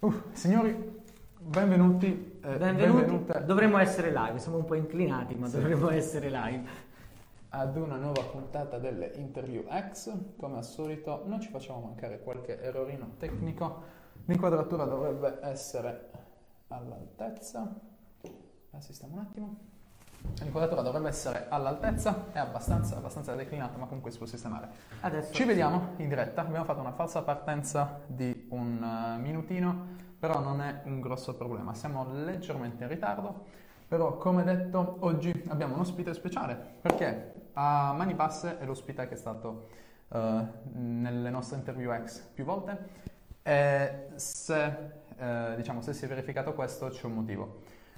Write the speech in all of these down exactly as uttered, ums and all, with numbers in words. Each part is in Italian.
Uh, signori, benvenuti. Eh, benvenuti. Dovremmo essere live, siamo un po' inclinati, ma sì. Dovremmo essere live. Ad una nuova puntata delle Interview X. Come al solito non ci facciamo mancare qualche errorino tecnico. L'inquadratura dovrebbe essere all'altezza. La sistemo un attimo. L'inquadratura dovrebbe essere all'altezza, è abbastanza, abbastanza declinata, ma comunque si può sistemare. Adesso ci vediamo in diretta. Abbiamo fatto una falsa partenza di un uh, minutino, però non è un grosso problema. Siamo leggermente in ritardo, però come detto oggi abbiamo un ospite speciale, perché a mani basse è l'ospite che è stato uh, nelle nostre Interview X più volte, e se, uh, diciamo, se si è verificato questo c'è un motivo.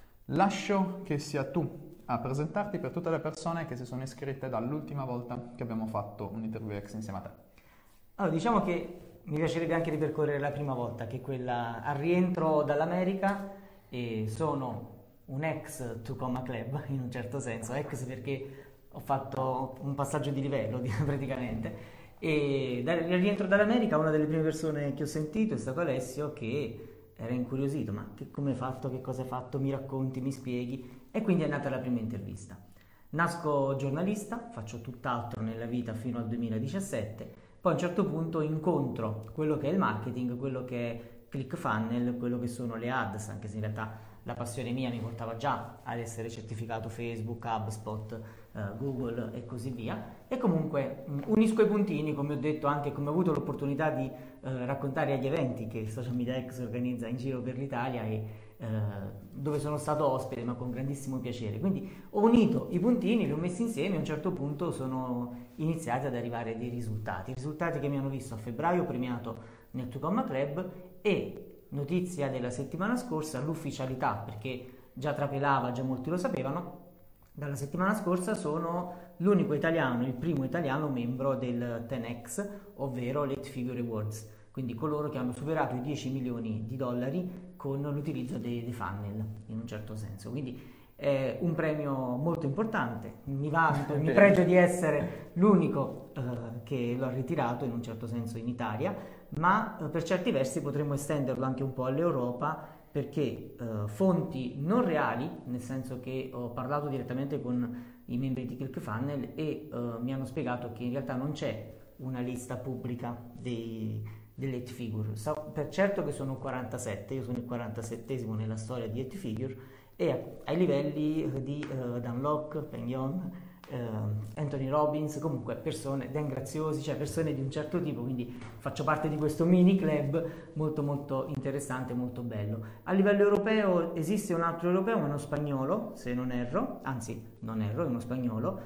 Lascio che sia tu a presentarti per tutte le persone che si sono iscritte dall'ultima volta che abbiamo fatto un Interview X insieme a te. Allora, diciamo che mi piacerebbe anche ripercorrere la prima volta, che è quella al rientro dall'America, e sono un ex Tucumma Club in un certo senso, ex perché ho fatto un passaggio di livello praticamente, e dal rientro dall'America una delle prime persone che ho sentito è stato Alessio, che era incuriosito, ma che, come hai fatto, che cosa hai fatto, mi racconti, mi spieghi, e quindi è nata la prima intervista. Nasco giornalista, faccio tutt'altro nella vita fino al duemiladiciassette, poi a un certo punto incontro quello che è il marketing, quello che è ClickFunnels, quello che sono le ads, anche se in realtà la passione mia mi portava già ad essere certificato Facebook, HubSpot, eh, Google e così via, e comunque mh, unisco i puntini, come ho detto, anche come ho avuto l'opportunità di eh, raccontare agli eventi che Social Media X organizza in giro per l'Italia e eh, dove sono stato ospite, ma con grandissimo piacere. Quindi ho unito i puntini, li ho messi insieme e a un certo punto sono iniziati ad arrivare dei risultati, risultati che mi hanno visto a febbraio premiato nel Tucumma Club, e notizia della settimana scorsa, l'ufficialità, perché già trapelava, già molti lo sapevano, dalla settimana scorsa sono l'unico italiano, il primo italiano membro del ten X, ovvero l'Eight Figure Awards, quindi coloro che hanno superato i dieci milioni di dollari con l'utilizzo dei, dei funnel, in un certo senso. Quindi è un premio molto importante, mi vanto, mi pregio di essere l'unico eh, che l'ha ritirato in un certo senso in Italia, ma eh, per certi versi potremmo estenderlo anche un po' all'Europa, perché eh, fonti non reali, nel senso che ho parlato direttamente con i membri di ClickFunnels e eh, mi hanno spiegato che in realtà non c'è una lista pubblica dei, delle eight figure. So per certo che sono quarantasette, io sono il quarantasettesimo nella storia di eight figure, e ai livelli di uh, Dan Lok, Peng Yon, uh, Anthony Robbins, comunque persone, Dan Graziosi, cioè persone di un certo tipo, quindi faccio parte di questo mini club molto molto interessante, molto bello. A livello europeo esiste un altro europeo, uno spagnolo, se non erro, anzi non erro, è uno spagnolo,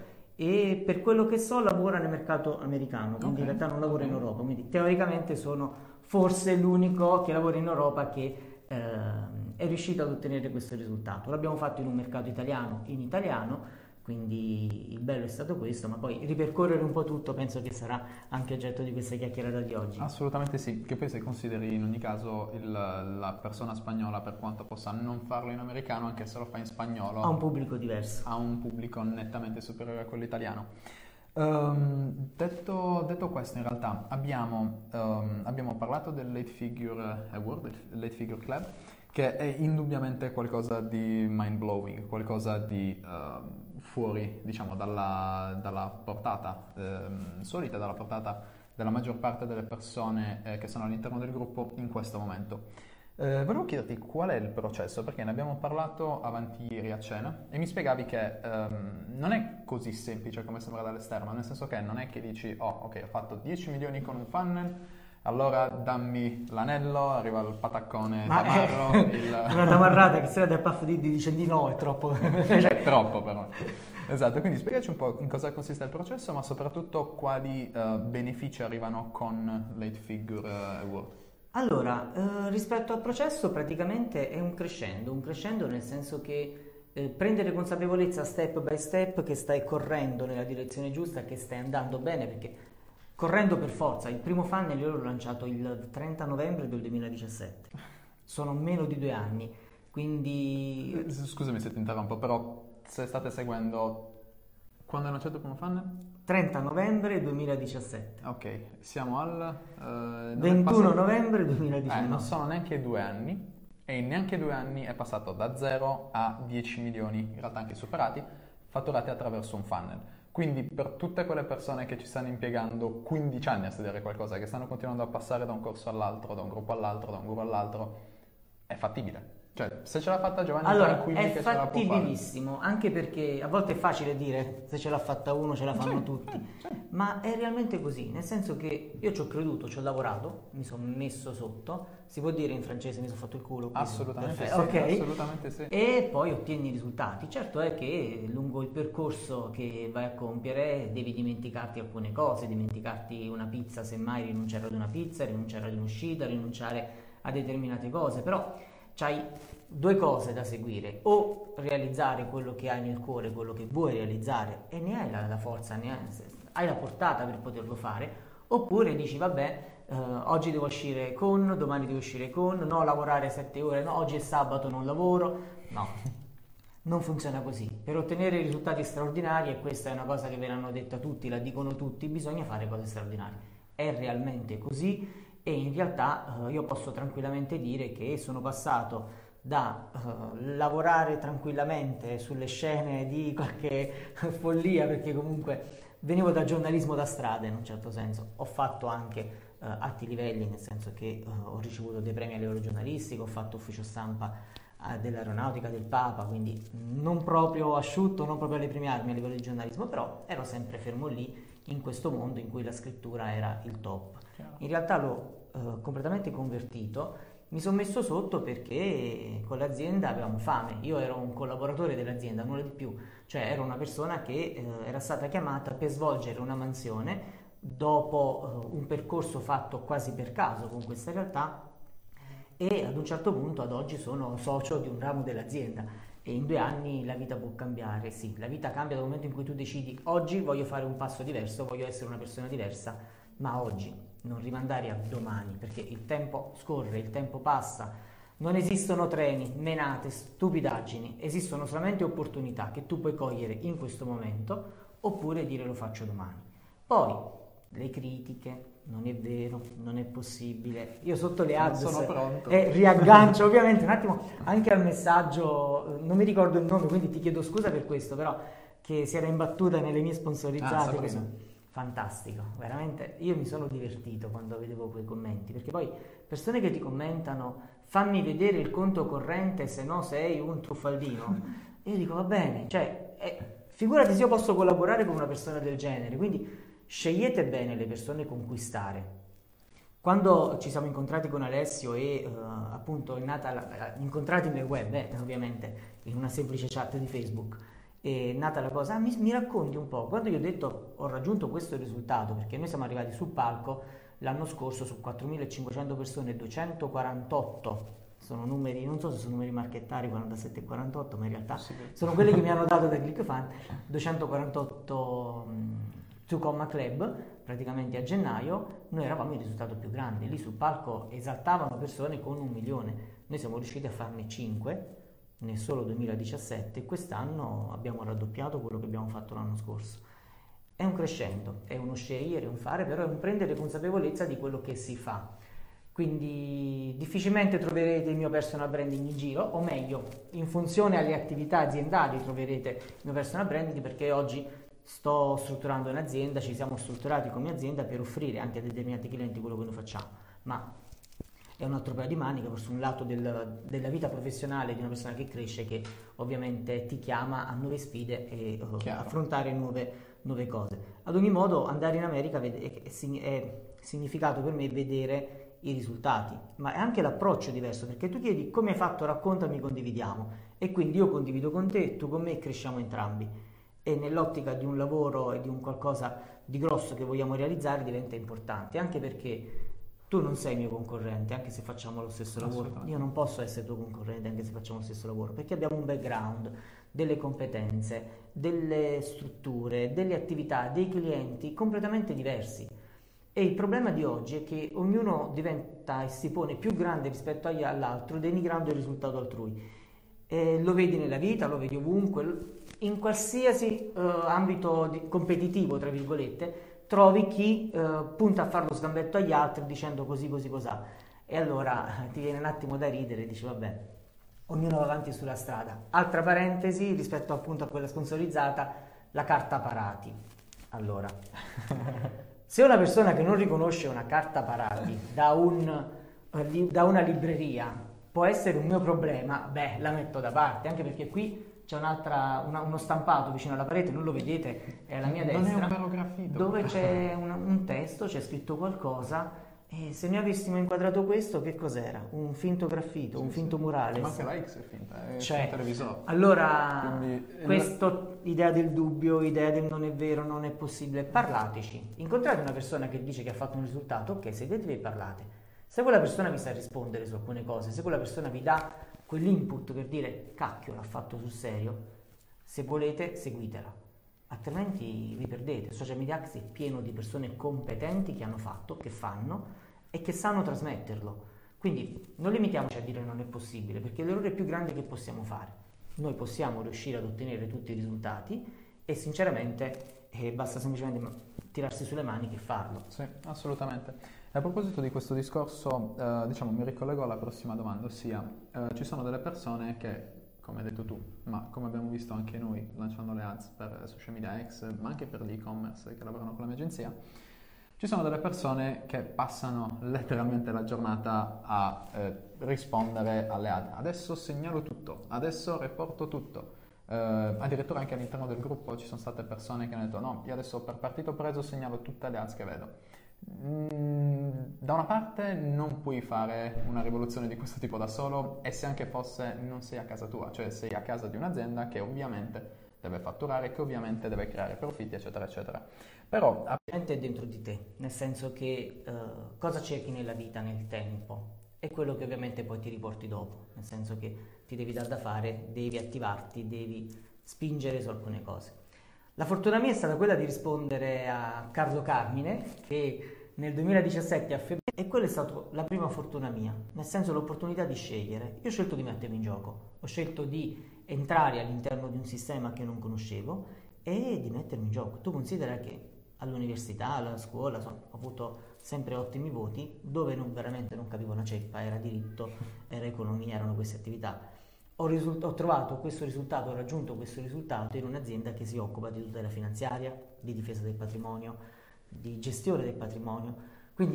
e per quello che so lavora nel mercato americano, quindi okay. In realtà non lavora in Europa, quindi teoricamente sono forse l'unico che lavora in Europa che eh, è riuscito ad ottenere questo risultato. L'abbiamo fatto in un mercato italiano, in italiano, quindi il bello è stato questo, ma poi ripercorrere un po' tutto penso che sarà anche oggetto di questa chiacchierata di oggi. Assolutamente sì, che poi se consideri in ogni caso il, la persona spagnola, per quanto possa non farlo in americano, anche se lo fa in spagnolo, ha un pubblico diverso, ha un pubblico nettamente superiore a quello italiano. Um, detto, detto questo, in realtà abbiamo, um, abbiamo parlato dell'Eight Figure Award, l'Eight Figure Club, che è indubbiamente qualcosa di mind-blowing, qualcosa di uh, fuori, diciamo, dalla, dalla portata eh, solita, dalla portata della maggior parte delle persone eh, che sono all'interno del gruppo in questo momento. Eh, volevo chiederti qual è il processo, perché ne abbiamo parlato avanti ieri a cena e mi spiegavi che ehm, non è così semplice come sembra dall'esterno, nel senso che non è che dici, oh ok, ho fatto dieci milioni con un funnel, allora dammi l'anello, arriva il pataccone Ma tamarro, è il... una tamarrata che se la del puff di dice di no, è troppo. È troppo però. Esatto, quindi spiegaci un po' in cosa consiste il processo, ma soprattutto quali uh, benefici arrivano con l'Eight Figure Award. Allora, eh, rispetto al processo praticamente è un crescendo, un crescendo nel senso che eh, prendere consapevolezza step by step che stai correndo nella direzione giusta, che stai andando bene, perché correndo per forza, il primo funnel io l'ho lanciato il trenta novembre del duemiladiciassette, sono meno di due anni, quindi... Scusami se ti interrompo, però se state seguendo, quando hai lanciato il primo funnel? trenta novembre duemiladiciassette. Ok, siamo al... eh, ventuno novembre Eh, duemiladiciannove. non sono neanche due anni e in neanche due anni è passato da zero a dieci milioni, in realtà anche superati, fatturati attraverso un funnel. Quindi per tutte quelle persone che ci stanno impiegando quindici anni a studiare qualcosa, che stanno continuando a passare da un corso all'altro, da un gruppo all'altro, da un guru all'altro, è fattibile. Cioè, se ce l'ha fatta Giovanni, Allora, tranquilli è che ce la può fare. fattibilissimo, anche perché a volte è facile dire se ce l'ha fatta uno ce la fanno Sì, tutti, sì, sì. ma è realmente così, nel senso che io ci ho creduto, ci ho lavorato, mi sono messo sotto, si può dire in francese mi sono fatto il culo? Quindi, Assolutamente sì, perfetto, ok. assolutamente sì. E poi ottieni i risultati. Certo è che lungo il percorso che vai a compiere devi dimenticarti alcune cose, dimenticarti una pizza, semmai rinunciare ad una pizza, rinunciare ad un'uscita, rinunciare a determinate cose, però c'hai due cose da seguire: o realizzare quello che hai nel cuore, quello che vuoi realizzare e ne hai la, la forza, ne hai, hai la portata per poterlo fare, oppure dici vabbè, eh, oggi devo uscire con, domani devo uscire con, no, lavorare sette ore, no, oggi è sabato, non lavoro. No, non funziona così. Per ottenere risultati straordinari, e questa è una cosa che ve l'hanno detta tutti, la dicono tutti, bisogna fare cose straordinarie. È realmente così, e in realtà eh, io posso tranquillamente dire che sono passato da uh, lavorare tranquillamente sulle scene di qualche follia, perché comunque venivo da giornalismo da strada in un certo senso, ho fatto anche uh, alti livelli, nel senso che uh, ho ricevuto dei premi a livello giornalistico, ho fatto ufficio stampa uh, dell'aeronautica del Papa, quindi non proprio asciutto, non proprio alle prime armi a livello di giornalismo, però ero sempre fermo lì in questo mondo in cui la scrittura era il top. In realtà l'ho uh, completamente convertito. Mi sono messo sotto perché con l'azienda avevamo fame, io ero un collaboratore dell'azienda, nulla di più, cioè ero una persona che eh, era stata chiamata per svolgere una mansione dopo eh, un percorso fatto quasi per caso con questa realtà, e ad un certo punto ad oggi sono socio di un ramo dell'azienda e in due anni la vita può cambiare, sì, la vita cambia dal momento in cui tu decidi oggi voglio fare un passo diverso, voglio essere una persona diversa, ma oggi, non rimandare a domani, perché il tempo scorre, il tempo passa, non esistono treni, menate, stupidaggini, esistono solamente opportunità che tu puoi cogliere in questo momento oppure dire lo faccio domani. Poi le critiche, non è vero, non è possibile, io sotto le ads sono pronto. Eh, riaggancio ovviamente un attimo anche al messaggio, non mi ricordo il nome quindi ti chiedo scusa per questo, però che si era imbattuta nelle mie sponsorizzate, Ah, che sono fantastico, veramente io mi sono divertito quando vedevo quei commenti, perché poi persone che ti commentano fammi vedere il conto corrente se no sei un truffaldino, e io dico va bene, cioè eh, figurati se io posso collaborare con una persona del genere, quindi scegliete bene le persone con cui stare. Quando ci siamo incontrati con Alessio e uh, appunto è nata la, incontrati nel web, eh, ovviamente in una semplice chat di Facebook, è nata la cosa, ah, mi, mi racconti un po', quando io ho detto ho raggiunto questo risultato, perché noi siamo arrivati sul palco l'anno scorso su quattromilacinquecento persone, duecentoquarantotto, sono numeri, non so se sono numeri marchettari quarantasette e quarantotto, ma in realtà sì, sono quelli che mi hanno dato da ClickFan, duecentoquarantotto um, two Comma Club, praticamente a gennaio, noi eravamo il risultato più grande, lì sul palco esaltavano persone con un milione, noi siamo riusciti a farne cinque, nel solo duemiladiciassette, e quest'anno abbiamo raddoppiato quello che abbiamo fatto l'anno scorso. È un crescendo, è uno scegliere, un fare, però è un prendere consapevolezza di quello che si fa. Quindi difficilmente troverete il mio personal branding in giro, o meglio, in funzione alle attività aziendali troverete il mio personal branding, perché oggi sto strutturando un'azienda, ci siamo strutturati come azienda per offrire anche a determinati clienti quello che noi facciamo, ma è un altro paio di maniche, forse un lato del, della vita professionale di una persona che cresce, che ovviamente ti chiama a nuove sfide e uh, affrontare nuove, nuove cose. Ad ogni modo andare in America è, è, è significato per me vedere i risultati, ma è anche l'approccio diverso, perché tu chiedi come hai fatto, raccontami, condividiamo, e quindi io condivido con te, tu con me, cresciamo entrambi, e nell'ottica di un lavoro e di un qualcosa di grosso che vogliamo realizzare diventa importante, anche perché tu non sei il mio concorrente, anche se facciamo lo stesso lavoro. Io non posso essere tuo concorrente anche se facciamo lo stesso lavoro, perché abbiamo un background, delle competenze, delle strutture, delle attività, dei clienti completamente diversi. E il problema di oggi è che ognuno diventa e si pone più grande rispetto all'altro, denigrando il risultato altrui. E lo vedi nella vita, lo vedi ovunque, in qualsiasi uh, ambito di, competitivo, tra virgolette, trovi chi uh, punta a fare lo sgambetto agli altri dicendo così, così, cos'ha. E allora ti viene un attimo da ridere e dici vabbè, ognuno va avanti sulla strada. Altra parentesi rispetto appunto a quella sponsorizzata, la carta parati. Allora, se una persona che non riconosce una carta parati da, un, da una libreria può essere un mio problema, beh, la metto da parte, anche perché qui c'è un'altra, una, uno stampato vicino alla parete, non lo vedete, è alla mia non destra, è un vero graffito, dove c'è un, un testo, c'è scritto qualcosa. E se noi avessimo inquadrato questo, che cos'era? Un finto graffito, sì, un finto sì. murale. Ma anche la X è finta, è cioè, un televisore. Allora, Quindi, questo, idea del dubbio, idea del non è vero, non è possibile, parlateci. Incontrate una persona che dice che ha fatto un risultato, ok, sedetevi e parlate. Se quella persona vi sa rispondere su alcune cose, se quella persona vi dà quell'input per dire, cacchio, l'ha fatto sul serio, se volete, seguitela. Altrimenti vi perdete. Social Media Axe è pieno di persone competenti che hanno fatto, che fanno e che sanno trasmetterlo. Quindi non limitiamoci a dire non è possibile, perché l'errore più grande che possiamo fare. Noi possiamo riuscire ad ottenere tutti i risultati e sinceramente eh, basta semplicemente tirarsi sulle maniche e farlo. Sì, assolutamente. E a proposito di questo discorso, eh, diciamo, mi ricollego alla prossima domanda, ossia eh, ci sono delle persone che, come hai detto tu, ma come abbiamo visto anche noi lanciando le ads per Social Media X, ma anche per l'e-commerce che lavorano con la mia agenzia, ci sono delle persone che passano letteralmente la giornata a eh, rispondere alle ad. Adesso segnalo tutto, adesso reporto tutto. Eh, addirittura anche all'interno del gruppo ci sono state persone che hanno detto no, io adesso per partito preso segnalo tutte le ads che vedo. Mm, da una parte non puoi fare una rivoluzione di questo tipo da solo e se anche fosse non sei a casa tua, cioè sei a casa di un'azienda che ovviamente deve fatturare, che ovviamente deve creare profitti, eccetera, eccetera. Però è dentro di te, nel senso che uh, cosa cerchi nella vita, nel tempo, è quello che ovviamente poi ti riporti dopo, nel senso che ti devi dar da fare, devi attivarti, devi spingere su alcune cose. La fortuna mia è stata quella di rispondere a Carlo Carmine, che nel duemiladiciassette a febbraio, e quella è stata la prima fortuna mia, nel senso l'opportunità di scegliere. Io ho scelto di mettermi in gioco, ho scelto di entrare all'interno di un sistema che non conoscevo e di mettermi in gioco. Tu considera che all'università, alla scuola, insomma, ho avuto sempre ottimi voti, dove non, veramente non capivo una ceppa, era diritto, era economia, erano queste attività. Ho, risult- ho trovato questo risultato, ho raggiunto questo risultato in un'azienda che si occupa di tutela finanziaria, di difesa del patrimonio, di gestione del patrimonio. Quindi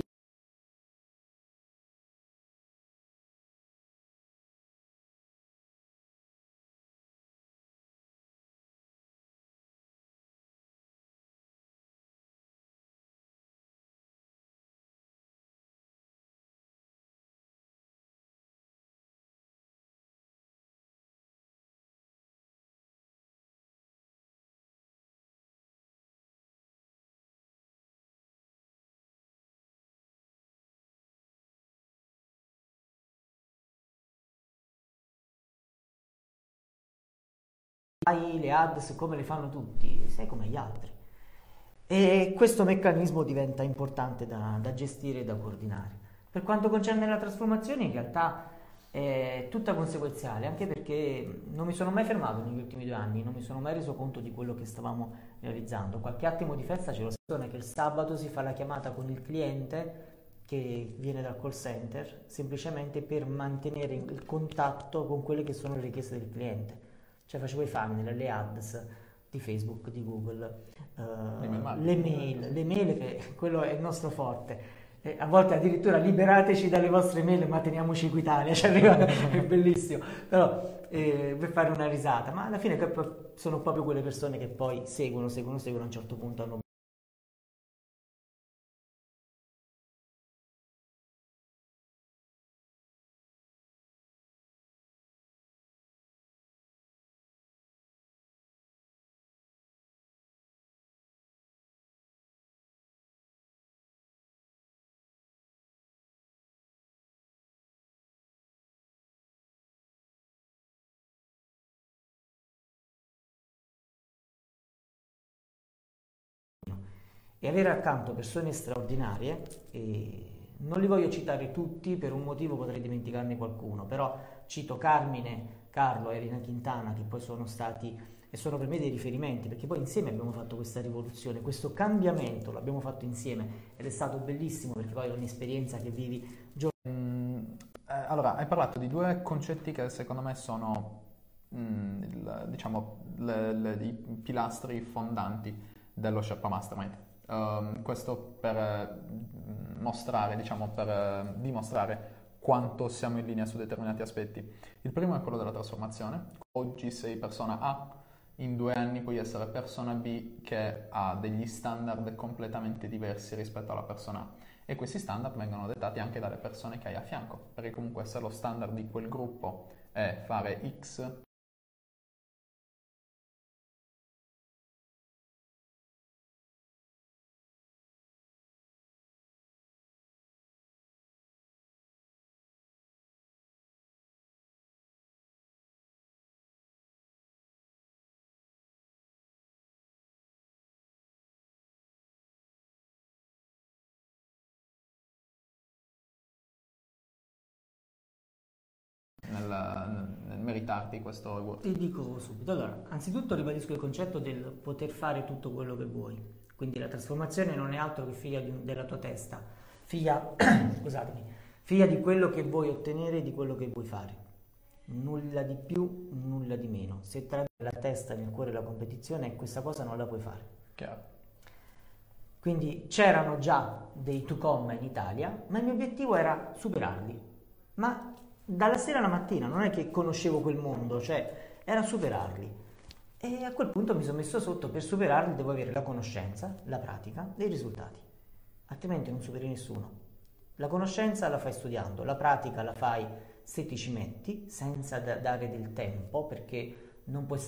fai le ads come le fanno tutti, sei come gli altri. E questo meccanismo diventa importante da, da gestire e da coordinare. Per quanto concerne la trasformazione, in realtà è tutta conseguenziale, anche perché non mi sono mai fermato negli ultimi due anni, non mi sono mai reso conto di quello che stavamo realizzando. Qualche attimo di festa ce lo sapete che il sabato si fa la chiamata con il cliente che viene dal call center, semplicemente per mantenere il contatto con quelle che sono le richieste del cliente. Cioè facevo i funnel, le ads di Facebook, di Google, uh, le mail, le mail che quello è il nostro forte. E a volte addirittura liberateci dalle vostre mail ma teniamoci qui Italia, cioè, è bellissimo, però eh, per fare una risata, ma alla fine sono proprio quelle persone che poi seguono, seguono, seguono, a un certo punto hanno e avere accanto persone straordinarie, e non li voglio citare tutti, per un motivo potrei dimenticarne qualcuno, però cito Carmine, Carlo e Rina Quintana, che poi sono stati e sono per me dei riferimenti, perché poi insieme abbiamo fatto questa rivoluzione, questo cambiamento l'abbiamo fatto insieme ed è stato bellissimo, perché poi è un'esperienza che vivi giorno. Mm, eh, allora, hai parlato di due concetti che secondo me sono, mm, il- diciamo, le- le- i pilastri fondanti dello Sherpa Mastermind. Um, questo per eh, mostrare, diciamo, per eh, dimostrare quanto siamo in linea su determinati aspetti. Il primo è quello della trasformazione. Oggi sei persona A, in due anni puoi essere persona B che ha degli standard completamente diversi rispetto alla persona A. E questi standard vengono dettati anche dalle persone che hai a fianco, perché comunque se lo standard di quel gruppo è fare X, nel, nel meritarti questo reward. Ti dico subito, allora, anzitutto ribadisco il concetto del poter fare tutto quello che vuoi, quindi la trasformazione non è altro che figlia di- della tua testa, figlia, scusatemi, figlia di quello che vuoi ottenere e di quello che vuoi fare, nulla di più, nulla di meno. Se tra la testa nel cuore la competizione, questa cosa non la puoi fare. Chiaro. Quindi c'erano già dei Tucomma in Italia, ma il mio obiettivo era superarli. Ma dalla sera alla mattina non è che conoscevo quel mondo, cioè era superarli. E a quel punto mi sono messo sotto, per superarli devo avere la conoscenza, la pratica e i risultati. Altrimenti non superi nessuno. La conoscenza la fai studiando, la pratica la fai se ti ci metti, senza da- dare del tempo, perché non puoi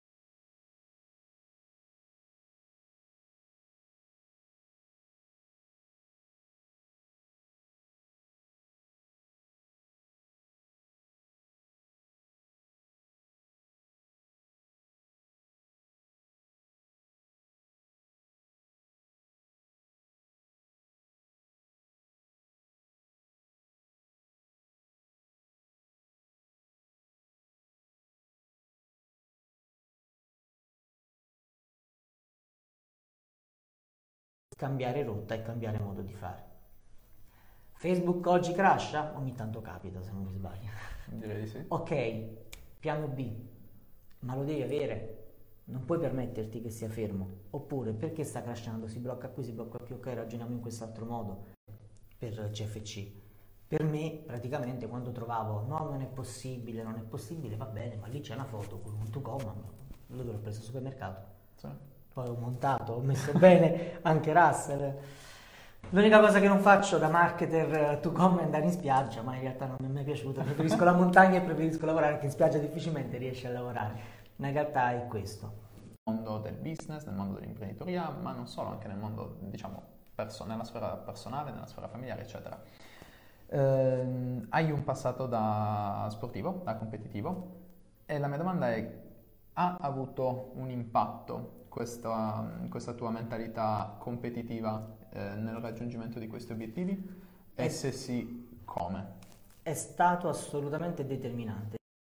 cambiare rotta e cambiare modo di fare. Facebook oggi crasha? Ogni tanto capita, se non mi sbaglio. Direi di sì. Ok, piano B, ma lo devi avere. Non puoi permetterti che sia fermo. Oppure, perché sta crashando? Si blocca qui, si blocca qui, ok, ragioniamo in quest'altro modo. Per C F C. Per me, praticamente, quando trovavo no, non è possibile, non è possibile, va bene, ma lì c'è una foto con un Tucoma, dove l'ho preso al supermercato. Sì. Poi ho montato, ho messo bene anche Russell. L'unica cosa che non faccio da marketer Tucoma è andare in spiaggia, ma in realtà non mi è mai piaciuto. Preferisco la montagna e preferisco lavorare, che in spiaggia difficilmente riesci a lavorare. Ma in realtà è questo. Nel mondo del business, nel mondo dell'imprenditoria, ma non solo, anche nel mondo, diciamo, perso- nella sfera personale, nella sfera familiare, eccetera. Ehm, hai un passato da sportivo, da competitivo, e la mia domanda è: ha avuto un impatto questa, questa tua mentalità competitiva eh, nel raggiungimento di questi obiettivi? E È, se sì, come? è stato assolutamente determinante.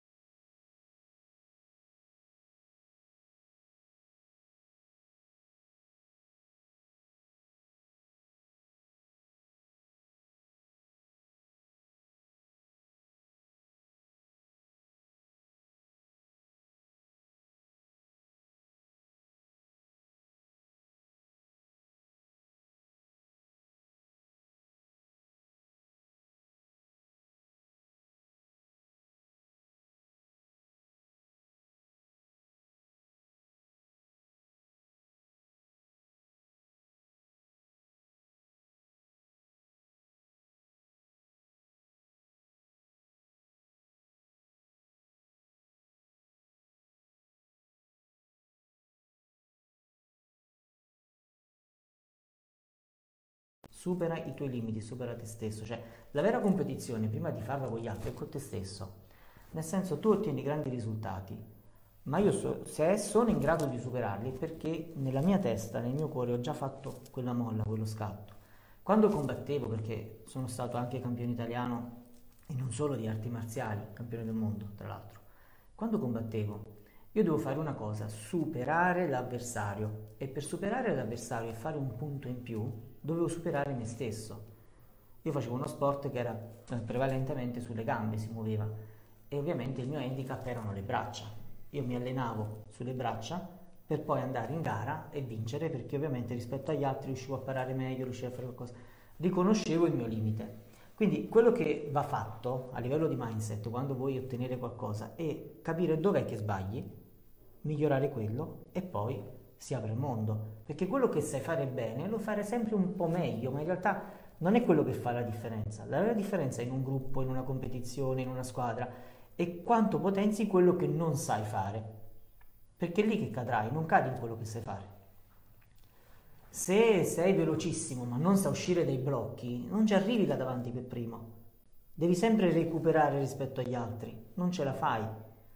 Supera i tuoi limiti, supera te stesso. Cioè, la vera competizione, prima di farla con gli altri, è con te stesso. Nel senso, tu ottieni grandi risultati, ma io so, se sono in grado di superarli è perché nella mia testa, nel mio cuore ho già fatto quella molla, quello scatto. Quando combattevo, perché sono stato anche campione italiano e non solo di arti marziali, campione del mondo tra l'altro, quando combattevo Io devo fare una cosa, superare l'avversario, e per superare l'avversario e fare un punto in più, dovevo superare me stesso. Io facevo uno sport che era eh, prevalentemente sulle gambe, si muoveva, e ovviamente il mio handicap erano le braccia. Io mi allenavo sulle braccia per poi andare in gara e vincere, perché ovviamente rispetto agli altri riuscivo a parare meglio, riuscivo a fare qualcosa. Riconoscevo il mio limite. Quindi quello che va fatto a livello di mindset quando vuoi ottenere qualcosa è capire dov'è che sbagli, migliorare quello e poi si apre il mondo. Perché quello che sai fare bene lo fare sempre un po' meglio, ma in realtà non è quello che fa la differenza. La vera differenza in un gruppo, in una competizione, in una squadra è quanto potenzi quello che non sai fare. Perché è lì che cadrai, non cadi in quello che sai fare. Se sei velocissimo ma non sai uscire dai blocchi, non ci arrivi da davanti per primo. Devi sempre recuperare rispetto agli altri, non ce la fai.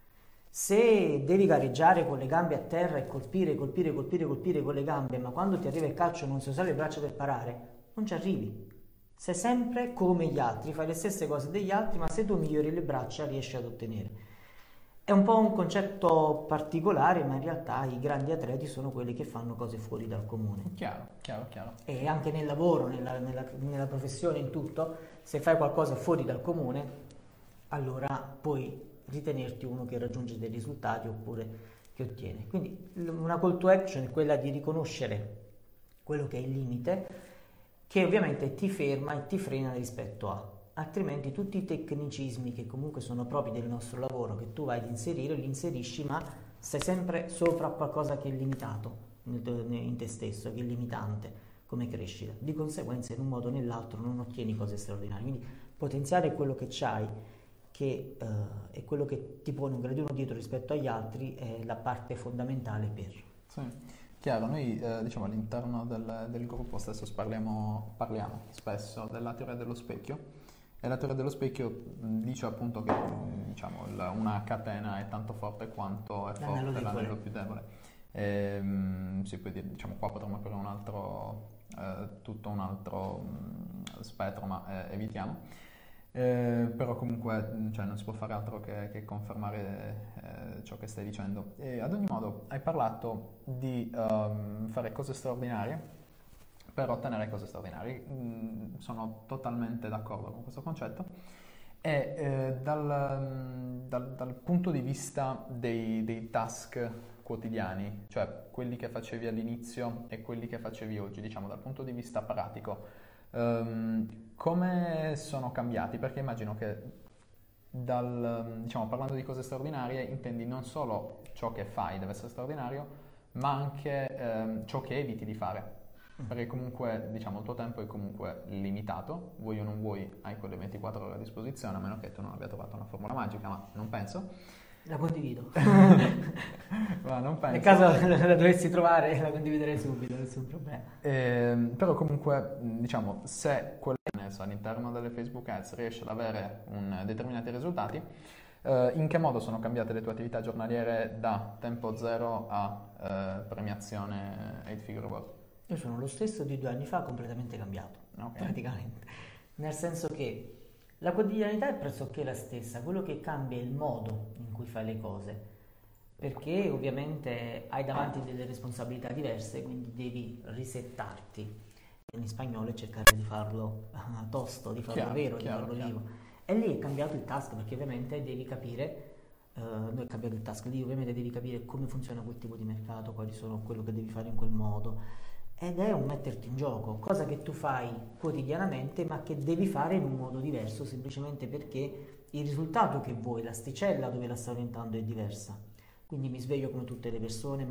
Se devi gareggiare con le gambe a terra e colpire, colpire, colpire, colpire con le gambe, ma quando ti arriva il calcio non sai usare le braccia per parare, non ci arrivi. Sei sempre come gli altri, fai le stesse cose degli altri, ma se tu migliori le braccia riesci ad ottenere. È un po' un concetto particolare, ma in realtà i grandi atleti sono quelli che fanno cose fuori dal comune. Chiaro, chiaro, chiaro. E anche nel lavoro, nella, nella, nella professione, in tutto, se fai qualcosa fuori dal comune, allora puoi ritenerti uno che raggiunge dei risultati oppure che ottiene. Quindi una call to action è quella di riconoscere quello che è il limite, che ovviamente ti ferma e ti frena rispetto a. Altrimenti tutti i tecnicismi che comunque sono propri del nostro lavoro, che tu vai ad inserire, li inserisci, ma stai sempre sopra a qualcosa che è limitato in te stesso, che è limitante come crescita. Di conseguenza in un modo o nell'altro non ottieni cose straordinarie. Quindi potenziare quello che c'hai, che eh, è quello che ti pone un gradino dietro rispetto agli altri, è la parte fondamentale per... Sì. Chiaro, noi eh, diciamo all'interno del, del gruppo stesso parliamo, parliamo spesso della teoria dello specchio. E la teoria dello specchio mh, dice appunto che mh, diciamo, il, una catena è tanto forte quanto è L'anello forte l'anello debole. più debole. E, mh, si può dire, diciamo, qua potremmo aprire un altro, eh, tutto un altro mh, spettro, ma eh, evitiamo. Eh, però comunque mh, cioè, non si può fare altro che, che confermare eh, ciò che stai dicendo. E ad ogni modo hai parlato di um, fare cose straordinarie per ottenere cose straordinarie. Mm, sono totalmente d'accordo con questo concetto e eh, dal, dal- dal punto di vista dei, dei task quotidiani, cioè quelli che facevi all'inizio e quelli che facevi oggi, diciamo dal punto di vista pratico, ehm, come sono cambiati? Perché immagino che dal, diciamo, parlando di cose straordinarie intendi non solo ciò che fai deve essere straordinario, ma anche ehm, ciò che eviti di fare. Perché comunque, diciamo, il tuo tempo è comunque limitato, vuoi o non vuoi, hai quelle ventiquattro ore a disposizione, a meno che tu non abbia trovato una formula magica, ma non penso. La condivido. Ma non penso. Nel caso la dovessi trovare, la condividerei subito, nessun problema. Ehm, però comunque, mh, diciamo, se quell'awareness all'interno delle Facebook Ads riesce ad avere un, determinati risultati, eh, in che modo sono cambiate le tue attività giornaliere da tempo zero a eh, premiazione eight figure reward? Io sono lo stesso di due anni fa, completamente cambiato, Ok. praticamente. Nel senso che la quotidianità è pressoché la stessa, quello che cambia è il modo in cui fai le cose, perché ovviamente hai davanti delle responsabilità diverse, quindi devi risettarti. In spagnolo è cercare di farlo ah, tosto, di farlo Chiaro, vero, chiaro, di farlo chiaro. vivo. E lì è cambiato il task, perché ovviamente devi capire, eh, non è cambiato il task, lì ovviamente devi capire come funziona quel tipo di mercato, quali sono quello che devi fare in quel modo. Ed è un metterti in gioco, cosa che tu fai quotidianamente, ma che devi fare in un modo diverso, semplicemente perché il risultato che vuoi, l'asticella dove la stai orientando è diversa. Quindi mi sveglio come tutte le persone.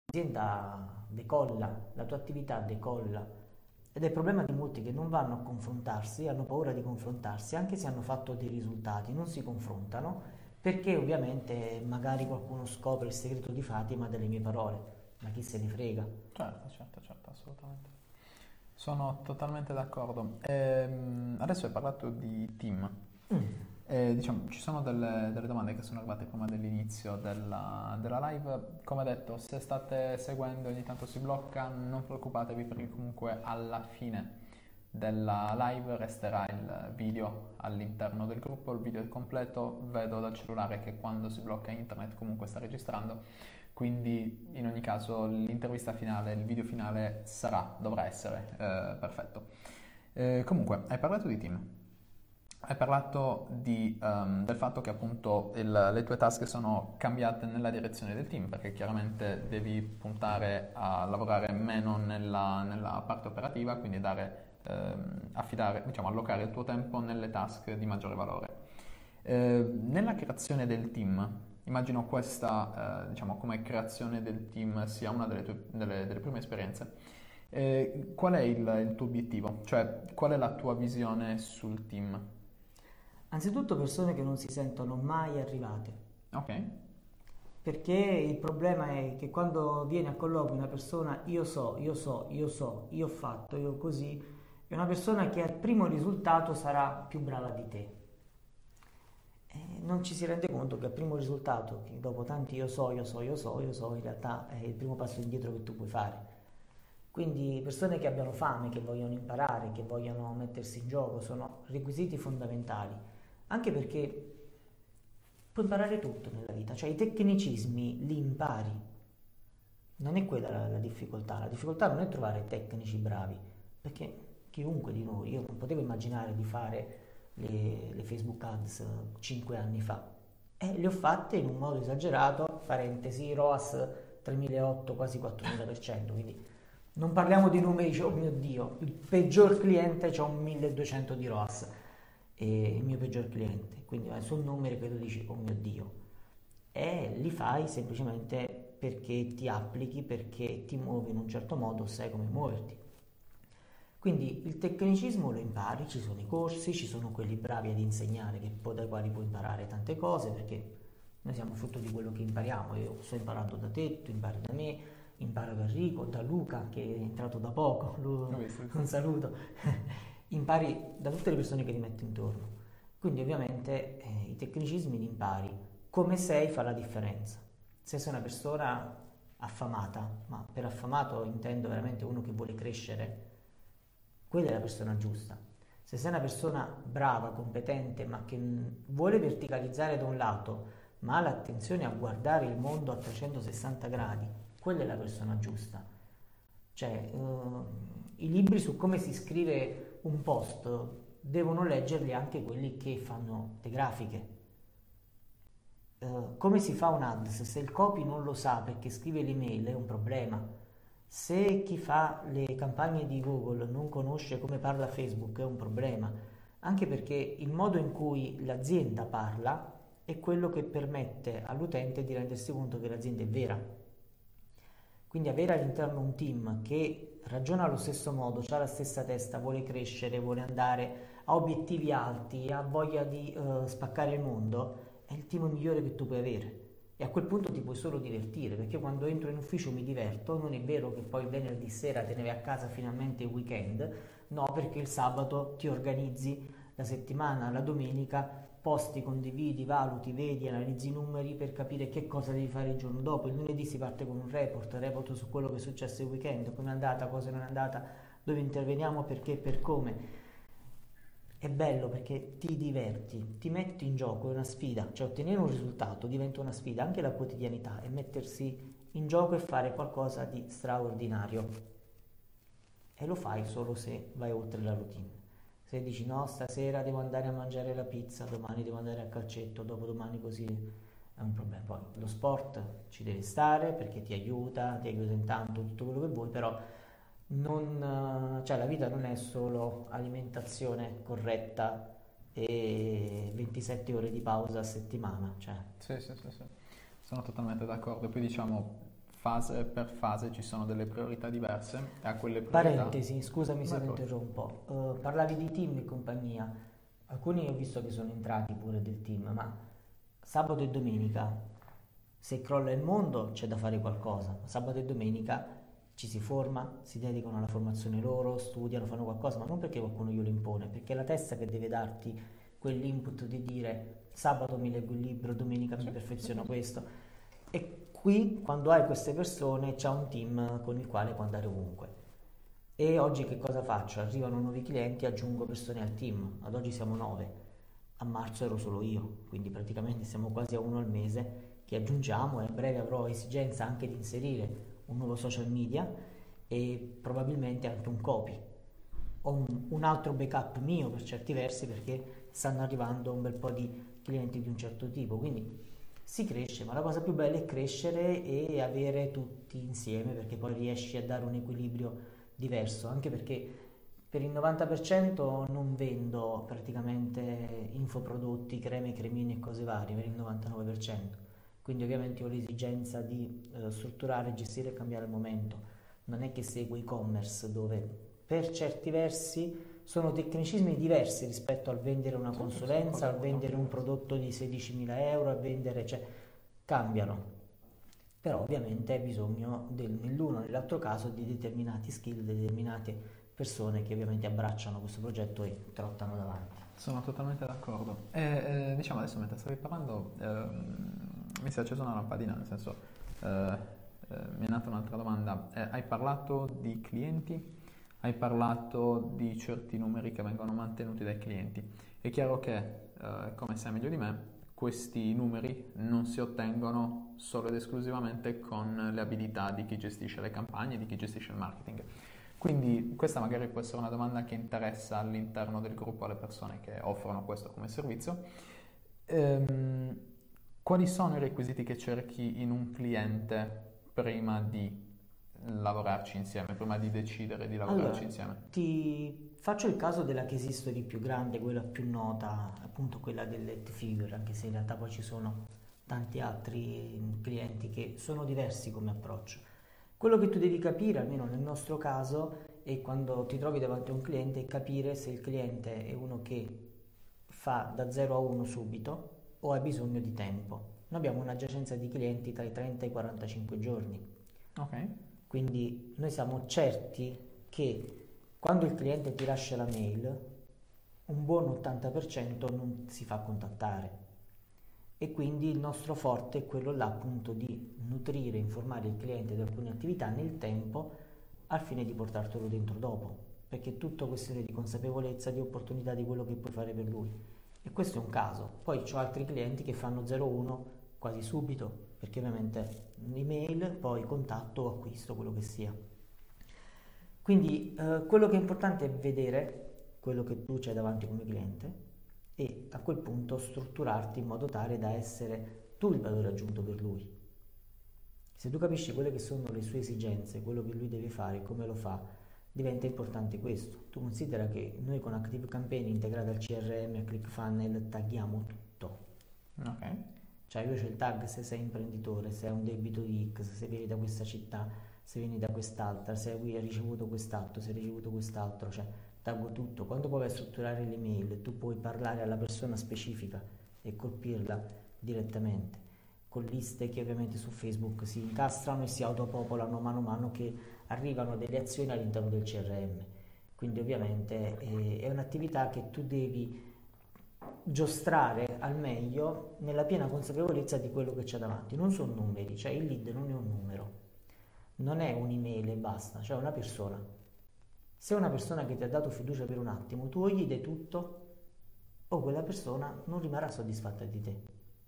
l'azienda decolla, la tua attività decolla. Ed è il problema di molti che non vanno a confrontarsi, hanno paura di confrontarsi, anche se hanno fatto dei risultati, non si confrontano, perché ovviamente magari qualcuno scopre il segreto di Fatima delle mie parole, ma chi se ne frega. Certo, certo, certo, assolutamente. Sono totalmente d'accordo. Ehm, adesso hai parlato di team. Mm. Eh, diciamo, ci sono delle, delle domande che sono arrivate prima dell'inizio della, della live. Come detto, se state seguendo e ogni tanto si blocca, non preoccupatevi perché comunque alla fine della live resterà il video all'interno del gruppo, il video è completo. Vedo dal cellulare che quando si blocca internet comunque sta registrando, quindi in ogni caso l'intervista finale, il video finale sarà, dovrà essere eh, perfetto. Eh, comunque, hai parlato di team. Hai parlato di, um, del fatto che appunto il, le tue task sono cambiate nella direzione del team, perché chiaramente devi puntare a lavorare meno nella, nella parte operativa, quindi dare, ehm, affidare, diciamo, allocare il tuo tempo nelle task di maggiore valore. Eh, nella creazione del team, immagino questa, eh, diciamo, come creazione del team sia una delle tue delle, delle prime esperienze. Eh, qual è il, il tuo obiettivo? Cioè, qual è la tua visione sul team? Anzitutto persone che non si sentono mai arrivate. Ok. Perché il problema è che quando viene a colloquio una persona io so, io so, io so, io ho fatto, io così, è una persona che al primo risultato sarà più brava di te. E non ci si rende conto che al primo risultato, che dopo tanti io so, io so, io so, io so, in realtà è il primo passo indietro che tu puoi fare. Quindi persone che abbiano fame, che vogliono imparare, che vogliono mettersi in gioco, sono requisiti fondamentali. Anche perché puoi imparare tutto nella vita, cioè i tecnicismi li impari. Non è quella la, la difficoltà, la difficoltà non è trovare tecnici bravi, perché chiunque di noi, io non potevo immaginare di fare le, le Facebook Ads cinque anni fa. E le ho fatte in un modo esagerato, parentesi, R O A S tremilaotto, quasi quattromila per cento, quindi non parliamo di numeri, dice, oh mio Dio, il peggior cliente c'ha un milleduecento di R O A S. E il mio peggior cliente, quindi eh, sono numeri che tu dici oh mio Dio, e li fai semplicemente perché ti applichi, perché ti muovi in un certo modo, sai come muoverti. Quindi il tecnicismo lo impari, ci sono i corsi, ci sono quelli bravi ad insegnare che poi, dai quali puoi imparare tante cose, perché noi siamo frutto di quello che impariamo. Io sto imparando da te, tu impari da me, imparo da Enrico, da Luca che è entrato da poco, Lu- un saluto. Impari da tutte le persone che ti metti intorno. Quindi ovviamente eh, i tecnicismi li impari. Come sei fa la differenza. Se sei una persona affamata, ma per affamato intendo veramente uno che vuole crescere, quella è la persona giusta. Se sei una persona brava, competente, ma che vuole verticalizzare da un lato, ma ha l'attenzione a guardare il mondo a trecentosessanta gradi, quella è la persona giusta. Cioè, uh, i libri su come si scrive un post devono leggerli anche quelli che fanno le grafiche. Uh, come si fa un ads? Se il copy non lo sa perché scrive l'email è un problema. Se chi fa le campagne di Google non conosce come parla Facebook è un problema. Anche perché il modo in cui l'azienda parla è quello che permette all'utente di rendersi conto che l'azienda è vera. Quindi avere all'interno un team che ragiona allo stesso modo, ha la stessa testa, vuole crescere, vuole andare, ha obiettivi alti, ha voglia di uh, spaccare il mondo, è il team migliore che tu puoi avere. E a quel punto ti puoi solo divertire, perché quando entro in ufficio mi diverto, non è vero che poi il venerdì sera te ne vai a casa finalmente il weekend, no, perché il sabato ti organizzi la settimana, la domenica, posti, condividi, valuti, vedi, analizzi i numeri per capire che cosa devi fare il giorno dopo. Il lunedì si parte con un report, report su quello che è successo il weekend, come è andata, cosa non è andata, dove interveniamo, perché, per come. È bello perché ti diverti, ti metti in gioco, è una sfida, cioè ottenere un risultato diventa una sfida, anche la quotidianità, è mettersi in gioco e fare qualcosa di straordinario. E lo fai solo se vai oltre la routine. Se dici no, stasera devo andare a mangiare la pizza, domani devo andare a calcetto, dopodomani così, è un problema. Poi lo sport ci deve stare perché ti aiuta, ti aiuta in tanto, tutto quello che vuoi, però non, cioè la vita non è solo alimentazione corretta e ventisette ore di pausa a settimana. Cioè. Sì, sì, sì, sì. Sono totalmente d'accordo. Poi diciamo, fase per fase ci sono delle priorità diverse e a quelle priorità... Parentesi, scusami se ti interrompo. Uh, parlavi di team e compagnia. Alcuni ho visto che sono entrati pure del team, ma sabato e domenica, se crolla il mondo, c'è da fare qualcosa. Sabato e domenica ci si forma, si dedicano alla formazione loro, studiano, fanno qualcosa, ma non perché qualcuno glielo impone, perché è la testa che deve darti quell'input di dire sabato mi leggo il libro, domenica mi perfeziono questo. E qui, quando hai queste persone, c'è un team con il quale puoi andare ovunque. E oggi che cosa faccio? Arrivano nuovi clienti, aggiungo persone al team. Ad oggi siamo nove. A marzo ero solo io, quindi praticamente siamo quasi a uno al mese che aggiungiamo, e a breve avrò esigenza anche di inserire un nuovo social media e probabilmente anche un copy. Ho un, un altro backup mio per certi versi, perché stanno arrivando un bel po' di clienti di un certo tipo, quindi si cresce, ma la cosa più bella è crescere e avere tutti insieme, perché poi riesci a dare un equilibrio diverso, anche perché per il novanta per cento non vendo praticamente infoprodotti, creme, cremini e cose varie, per il novantanove per cento. Quindi ovviamente ho l'esigenza di eh, strutturare, gestire e cambiare il momento. Non è che seguo e-commerce, dove per certi versi sono tecnicismi diversi rispetto al vendere una consulenza, al vendere un prodotto di sedicimila euro, a vendere, cioè cambiano. Però ovviamente hai bisogno del, nell'uno o nell'altro caso di determinati skill, di determinate persone che ovviamente abbracciano questo progetto e trottano davanti. Sono totalmente d'accordo. E, eh, diciamo adesso mentre stavi parlando ehm, mi si è accesa una lampadina, nel senso eh, eh, mi è nata un'altra domanda. Eh, hai parlato di clienti, hai parlato di certi numeri che vengono mantenuti dai clienti. È chiaro che, eh, come sai meglio di me, questi numeri non si ottengono solo ed esclusivamente con le abilità di chi gestisce le campagne, di chi gestisce il marketing. Quindi questa magari può essere una domanda che interessa all'interno del gruppo alle persone che offrono questo come servizio. Ehm, quali sono i requisiti che cerchi in un cliente prima di lavorarci insieme, prima di decidere di lavorarci allora, insieme? Ti faccio il caso della case history più grande, quella più nota, appunto quella dell'Eight Figure, anche se in realtà poi ci sono tanti altri clienti che sono diversi come approccio. Quello che tu devi capire, almeno nel nostro caso, è quando ti trovi davanti a un cliente, è capire se il cliente è uno che fa da zero a uno subito o ha bisogno di tempo. Noi abbiamo una giacenza di clienti tra i trenta e i quarantacinque giorni. Ok. Quindi noi siamo certi che quando il cliente ti lascia la mail, un buon ottanta per cento non si fa contattare. E quindi il nostro forte è quello là appunto di nutrire, informare il cliente di alcune attività nel tempo al fine di portartelo dentro dopo, perché è tutto questione di consapevolezza, di opportunità di quello che puoi fare per lui. E questo è un caso. Poi ho altri clienti che fanno zero uno quasi subito, perché ovviamente email, poi contatto o acquisto, quello che sia. Quindi eh, quello che è importante è vedere quello che tu c'hai davanti come cliente e a quel punto strutturarti in modo tale da essere tu il valore aggiunto per lui. Se tu capisci quelle che sono le sue esigenze, quello che lui deve fare, come lo fa, diventa importante questo. Tu considera che noi con Active Campaign integrata al C R M, a ClickFunnels, tagghiamo tutto. Ok. Cioè io c'ho il tag se sei imprenditore, se hai un debito di X, se vieni da questa città, se vieni da quest'altra, se hai ricevuto quest'altro, se hai ricevuto quest'altro, cioè taggo tutto. Quando poi vai a strutturare le mail, tu puoi parlare alla persona specifica e colpirla direttamente, con liste che ovviamente su Facebook si incastrano e si autopopolano mano a mano che arrivano delle azioni all'interno del C R M. Quindi ovviamente è, è un'attività che tu devi giostrare al meglio nella piena consapevolezza di quello che c'è davanti. Non sono numeri, cioè il lead non è un numero, non è un'email e basta, cioè una persona. Se è una persona che ti ha dato fiducia per un attimo, tu o gli dai tutto o quella persona non rimarrà soddisfatta di te,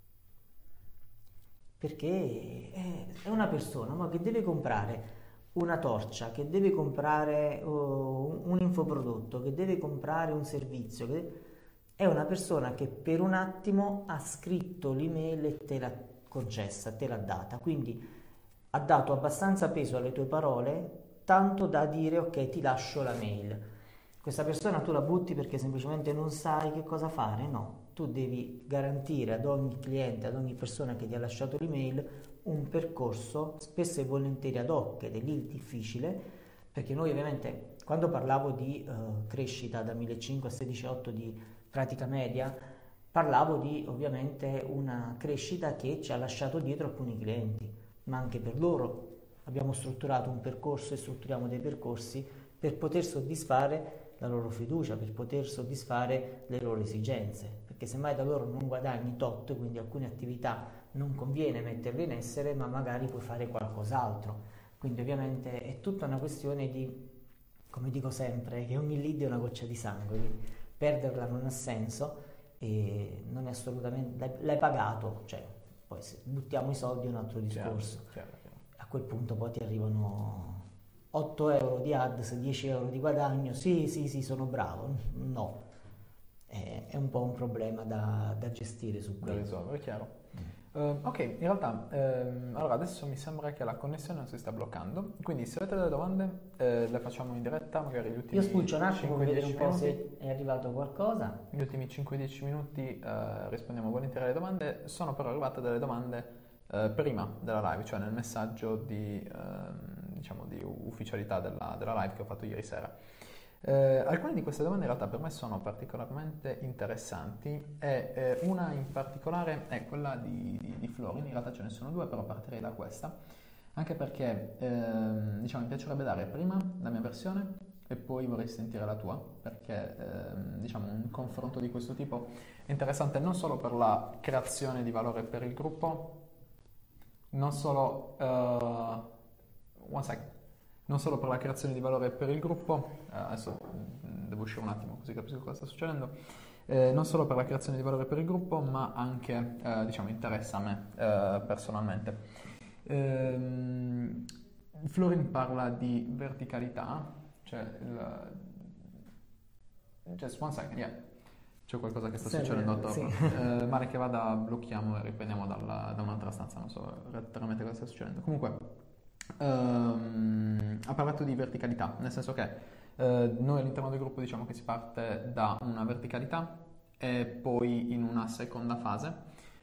perché è una persona ma che deve comprare una torcia, che deve comprare uh, un infoprodotto, che deve comprare un servizio, che è una persona che per un attimo ha scritto l'email e te l'ha concessa, te l'ha data, quindi ha dato abbastanza peso alle tue parole, tanto da dire ok, ti lascio la mail. Questa persona tu la butti perché semplicemente non sai che cosa fare? No, tu devi garantire ad ogni cliente, ad ogni persona che ti ha lasciato l'email un percorso spesso e volentieri ad hoc, ed è lì il difficile, perché noi ovviamente quando parlavo di uh, crescita da millecinquecento a sedici virgola otto di pratica media, parlavo di ovviamente una crescita che ci ha lasciato dietro alcuni clienti, ma anche per loro abbiamo strutturato un percorso e strutturiamo dei percorsi per poter soddisfare la loro fiducia, per poter soddisfare le loro esigenze, perché semmai da loro non guadagni tot, quindi alcune attività non conviene metterle in essere, ma magari puoi fare qualcos'altro. Quindi ovviamente è tutta una questione di, come dico sempre, che ogni lead è una goccia di sangue, quindi perderla non ha senso e non è assolutamente, l'hai, l'hai pagato, cioè poi se buttiamo i soldi è un altro discorso. Chiaro, chiaro, chiaro. A quel punto poi ti arrivano otto euro di ads, dieci euro di guadagno, sì sì sì sono bravo, no, è, è un po' un problema da, da gestire su quello. Da risolvere, chiaro. Uh, ok, in realtà ehm, allora adesso mi sembra che la connessione non si sta bloccando, quindi se avete delle domande eh, le facciamo in diretta, magari gli ultimi Io spulcio un attimo per vedere un po' minuti. se è arrivato qualcosa. Gli ultimi cinque dieci minuti eh, rispondiamo volentieri alle domande. Sono però arrivate delle domande eh, prima della live, cioè nel messaggio di, ehm, diciamo, di ufficialità della, della live che ho fatto ieri sera. Eh, alcune di queste domande in realtà per me sono particolarmente interessanti e eh, una in particolare è quella di, di, di Florin. In realtà ce ne sono due, però partirei da questa, anche perché ehm, diciamo, mi piacerebbe dare prima la mia versione e poi vorrei sentire la tua, perché ehm, diciamo, un confronto di questo tipo è interessante non solo per la creazione di valore per il gruppo, non solo uh, one second non solo per la creazione di valore per il gruppo, eh, adesso devo uscire un attimo così capisco cosa sta succedendo, eh, non solo per la creazione di valore per il gruppo, ma anche, eh, diciamo, interessa a me eh, personalmente. Ehm, Florin parla di verticalità, cioè il... Just one second, yeah. C'è qualcosa che sta Sì, succedendo attorno. sì. Eh, male che vada, blocchiamo e riprendiamo dalla, da un'altra stanza, non so letteralmente cosa sta succedendo. Comunque, Um, ha parlato di verticalità, nel senso che uh, noi all'interno del gruppo diciamo che si parte da una verticalità e poi in una seconda fase,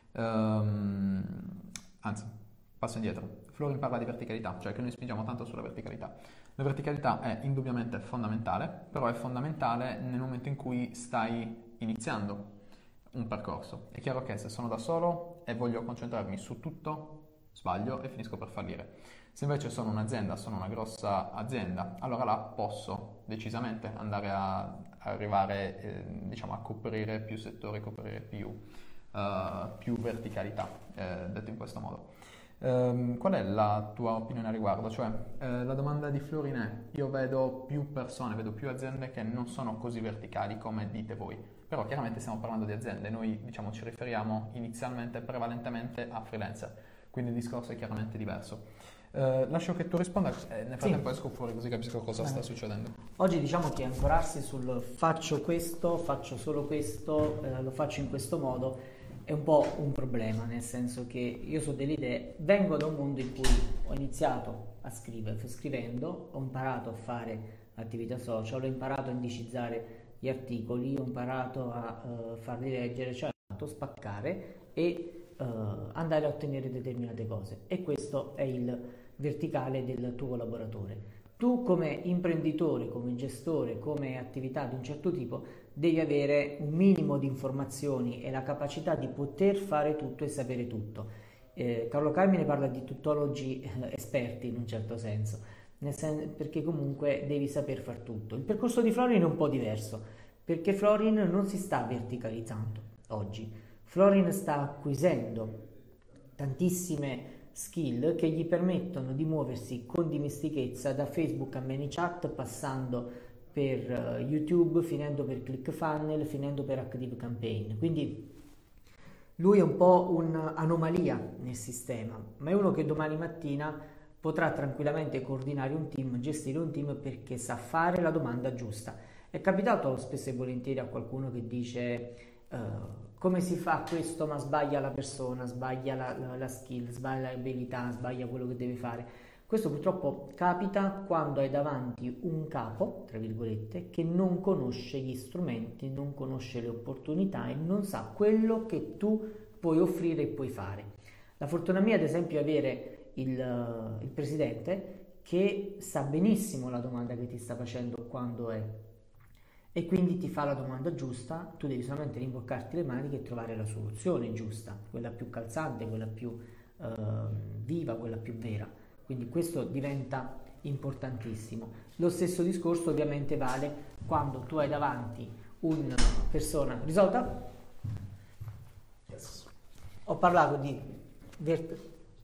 um, anzi passo indietro, Florin parla di verticalità, cioè che noi spingiamo tanto sulla verticalità. La verticalità è indubbiamente fondamentale, però è fondamentale nel momento in cui stai iniziando un percorso. È chiaro che se sono da solo e voglio concentrarmi su tutto, sbaglio e finisco per fallire. Se invece sono un'azienda, sono una grossa azienda, allora là posso decisamente andare a, a arrivare eh, diciamo a coprire più settori, coprire più, uh, più verticalità, eh, detto in questo modo. Um, qual è la tua opinione a riguardo? Cioè, eh, la domanda di Florin è: io vedo più persone, vedo più aziende che non sono così verticali come dite voi, però chiaramente stiamo parlando di aziende, noi diciamo ci riferiamo inizialmente prevalentemente a freelancer, quindi il discorso è chiaramente diverso. Uh, lascio che tu risponda e nel frattempo sì. Esco fuori così capisco cosa sta succedendo. Oggi diciamo che ancorarsi sul faccio questo, faccio solo questo, eh, lo faccio in questo modo è un po' un problema, nel senso che io so delle idee, vengo da un mondo in cui ho iniziato a scrivere, scrivendo, ho imparato a fare attività social, ho imparato a indicizzare gli articoli, ho imparato a uh, farli leggere, cioè ho imparato a spaccare e Uh, andare a ottenere determinate cose, e questo è il verticale del tuo collaboratore. Tu come imprenditore, come gestore, come attività di un certo tipo devi avere un minimo di informazioni e la capacità di poter fare tutto e sapere tutto. eh, Carlo Carmine parla di tuttologi eh, esperti in un certo senso, nel sen- perché comunque devi saper far tutto. Il percorso di Florin è un po' diverso, perché Florin non si sta verticalizzando oggi. Florin sta acquisendo tantissime skill che gli permettono di muoversi con dimestichezza da Facebook a ManyChat, passando per YouTube, finendo per ClickFunnels, finendo per ActiveCampaign. Quindi lui è un po' un'anomalia nel sistema, ma è uno che domani mattina potrà tranquillamente coordinare un team, gestire un team, perché sa fare la domanda giusta. È capitato spesso e volentieri a qualcuno che dice uh, come si fa questo, ma sbaglia la persona, sbaglia la, la, la skill, sbaglia l'abilità, sbaglia quello che deve fare. Questo purtroppo capita quando hai davanti un capo, tra virgolette, che non conosce gli strumenti, non conosce le opportunità e non sa quello che tu puoi offrire e puoi fare. La fortuna mia, ad esempio, è avere il, il presidente che sa benissimo la domanda che ti sta facendo quando è, e quindi ti fa la domanda giusta, tu devi solamente rimboccarti le maniche e trovare la soluzione giusta, quella più calzante, quella più eh, viva, quella più vera. Quindi questo diventa importantissimo. Lo stesso discorso ovviamente vale quando tu hai davanti una persona risolta. Yes. Ho parlato di vert-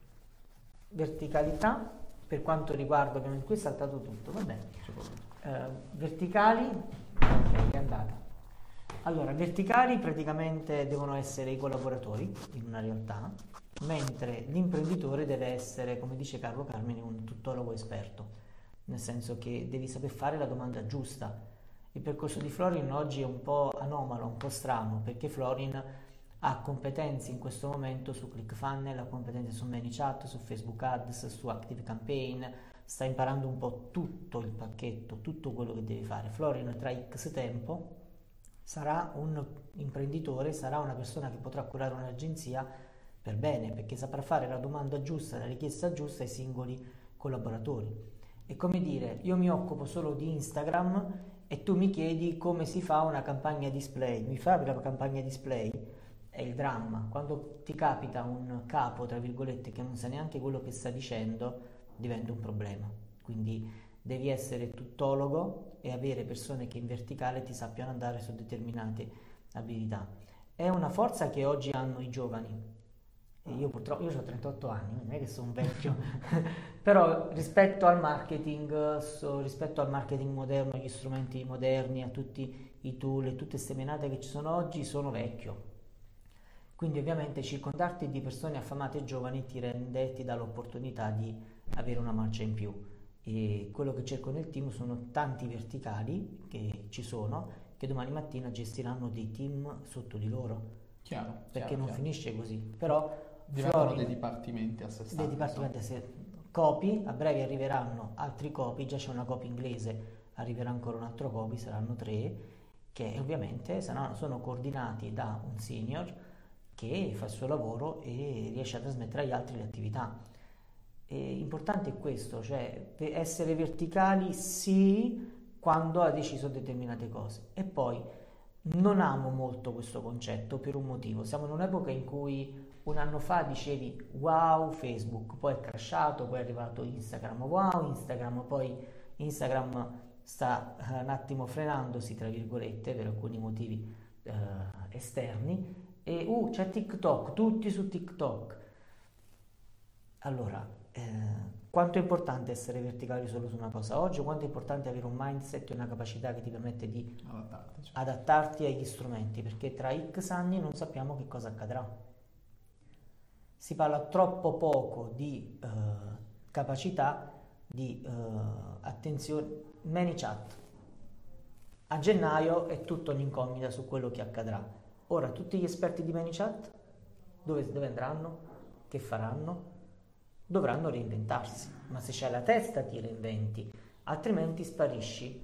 verticalità per quanto riguarda, ovviamente qui è saltato tutto, va bene. Uh, verticali, ok, è andata. Allora, verticali praticamente devono essere i collaboratori in una realtà, mentre l'imprenditore deve essere, come dice Carlo Carmine, un tuttologo esperto, nel senso che devi saper fare la domanda giusta. Il percorso di Florin oggi è un po' anomalo, un po' strano, perché Florin ha competenze in questo momento su ClickFunnels, ha competenze su ManyChat, su Facebook Ads, su ActiveCampaign, sta imparando un po' tutto il pacchetto, tutto quello che deve fare. Florin tra X tempo sarà un imprenditore, sarà una persona che potrà curare un'agenzia per bene, perché saprà fare la domanda giusta, la richiesta giusta ai singoli collaboratori. È come dire, io mi occupo solo di Instagram e tu mi chiedi come si fa una campagna display. Mi fai la campagna display? È il dramma. Quando ti capita un capo, tra virgolette, che non sa neanche quello che sta dicendo, diventa un problema. Quindi devi essere tuttologo e avere persone che in verticale ti sappiano andare su determinate abilità. È una forza che oggi hanno i giovani. E io purtroppo, io ho trentotto anni, non è che sono un vecchio, però rispetto al marketing, so, rispetto al marketing moderno, agli strumenti moderni, a tutti i tool e tutte queste menate che ci sono oggi, sono vecchio. Quindi ovviamente circondarti di persone affamate e giovani ti rende, ti dà l'opportunità di avere una marcia in più. E quello che cerco nel team sono tanti verticali che ci sono, che domani mattina gestiranno dei team sotto di loro. Chiaro, perché chiaro, non chiaro. finisce così, però diventano Florin, dei dipartimenti a sé stanti. dei dipartimenti a sé. Copy, a breve arriveranno altri copy, già c'è una copy inglese, arriverà ancora un altro copy, saranno tre, che ovviamente saranno, sono coordinati da un senior che fa il suo lavoro e riesce a trasmettere agli altri le attività. E importante è questo, cioè essere verticali sì, quando ha deciso determinate cose. E poi non amo molto questo concetto per un motivo. Siamo in un'epoca in cui un anno fa dicevi wow Facebook, poi è crashato, poi è arrivato Instagram, wow Instagram, poi Instagram sta eh, un attimo frenandosi tra virgolette per alcuni motivi eh, esterni, e uh, c'è TikTok, tutti su TikTok. Allora, eh, quanto è importante essere verticali solo su una cosa oggi, o quanto è importante avere un mindset e una capacità che ti permette di adattarti, cioè. adattarti agli strumenti, perché tra X anni non sappiamo che cosa accadrà. Si parla troppo poco di eh, capacità, di eh, attenzione. ManyChat a gennaio è tutta un'incognita su quello che accadrà. Ora tutti gli esperti di ManyChat dove, dove andranno? Che faranno? Dovranno reinventarsi, ma se c'hai la testa ti reinventi, altrimenti sparisci.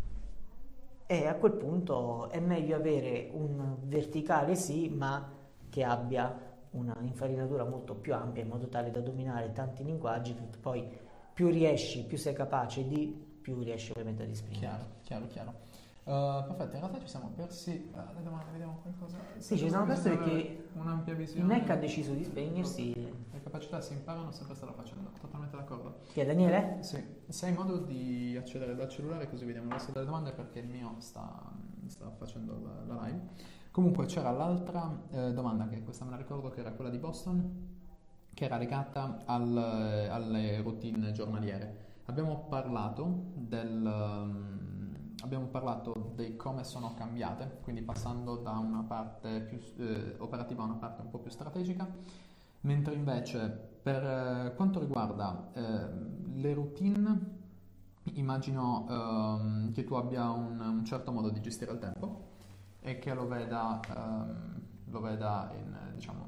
E a quel punto è meglio avere un verticale sì, ma che abbia una infarinatura molto più ampia, in modo tale da dominare tanti linguaggi, perché poi più riesci, più sei capace di, più riesci ovviamente ad esprimere. Chiaro, chiaro, chiaro. Uh, perfetto, in realtà ci siamo persi. Uh, le domande, vediamo qualcosa. Sì, ci siamo persi perché un'ampia visione. il N E C ha deciso di spegnersi. Le capacità si imparano, sempre stata facendo. Totalmente d'accordo. Chi è, Daniele? Sì, sei in modo di accedere dal cellulare, così vediamo il resto delle domande, perché il mio sta, sta facendo la, la live. Comunque c'era l'altra eh, domanda, che questa me la ricordo, che era quella di Boston, che era legata al, alle routine giornaliere. Abbiamo parlato del um, abbiamo parlato di come sono cambiate, quindi passando da una parte più eh, operativa a una parte un po' più strategica, mentre invece per eh, quanto riguarda eh, le routine, immagino ehm, che tu abbia un, un certo modo di gestire il tempo e che lo veda, ehm, lo veda in, diciamo,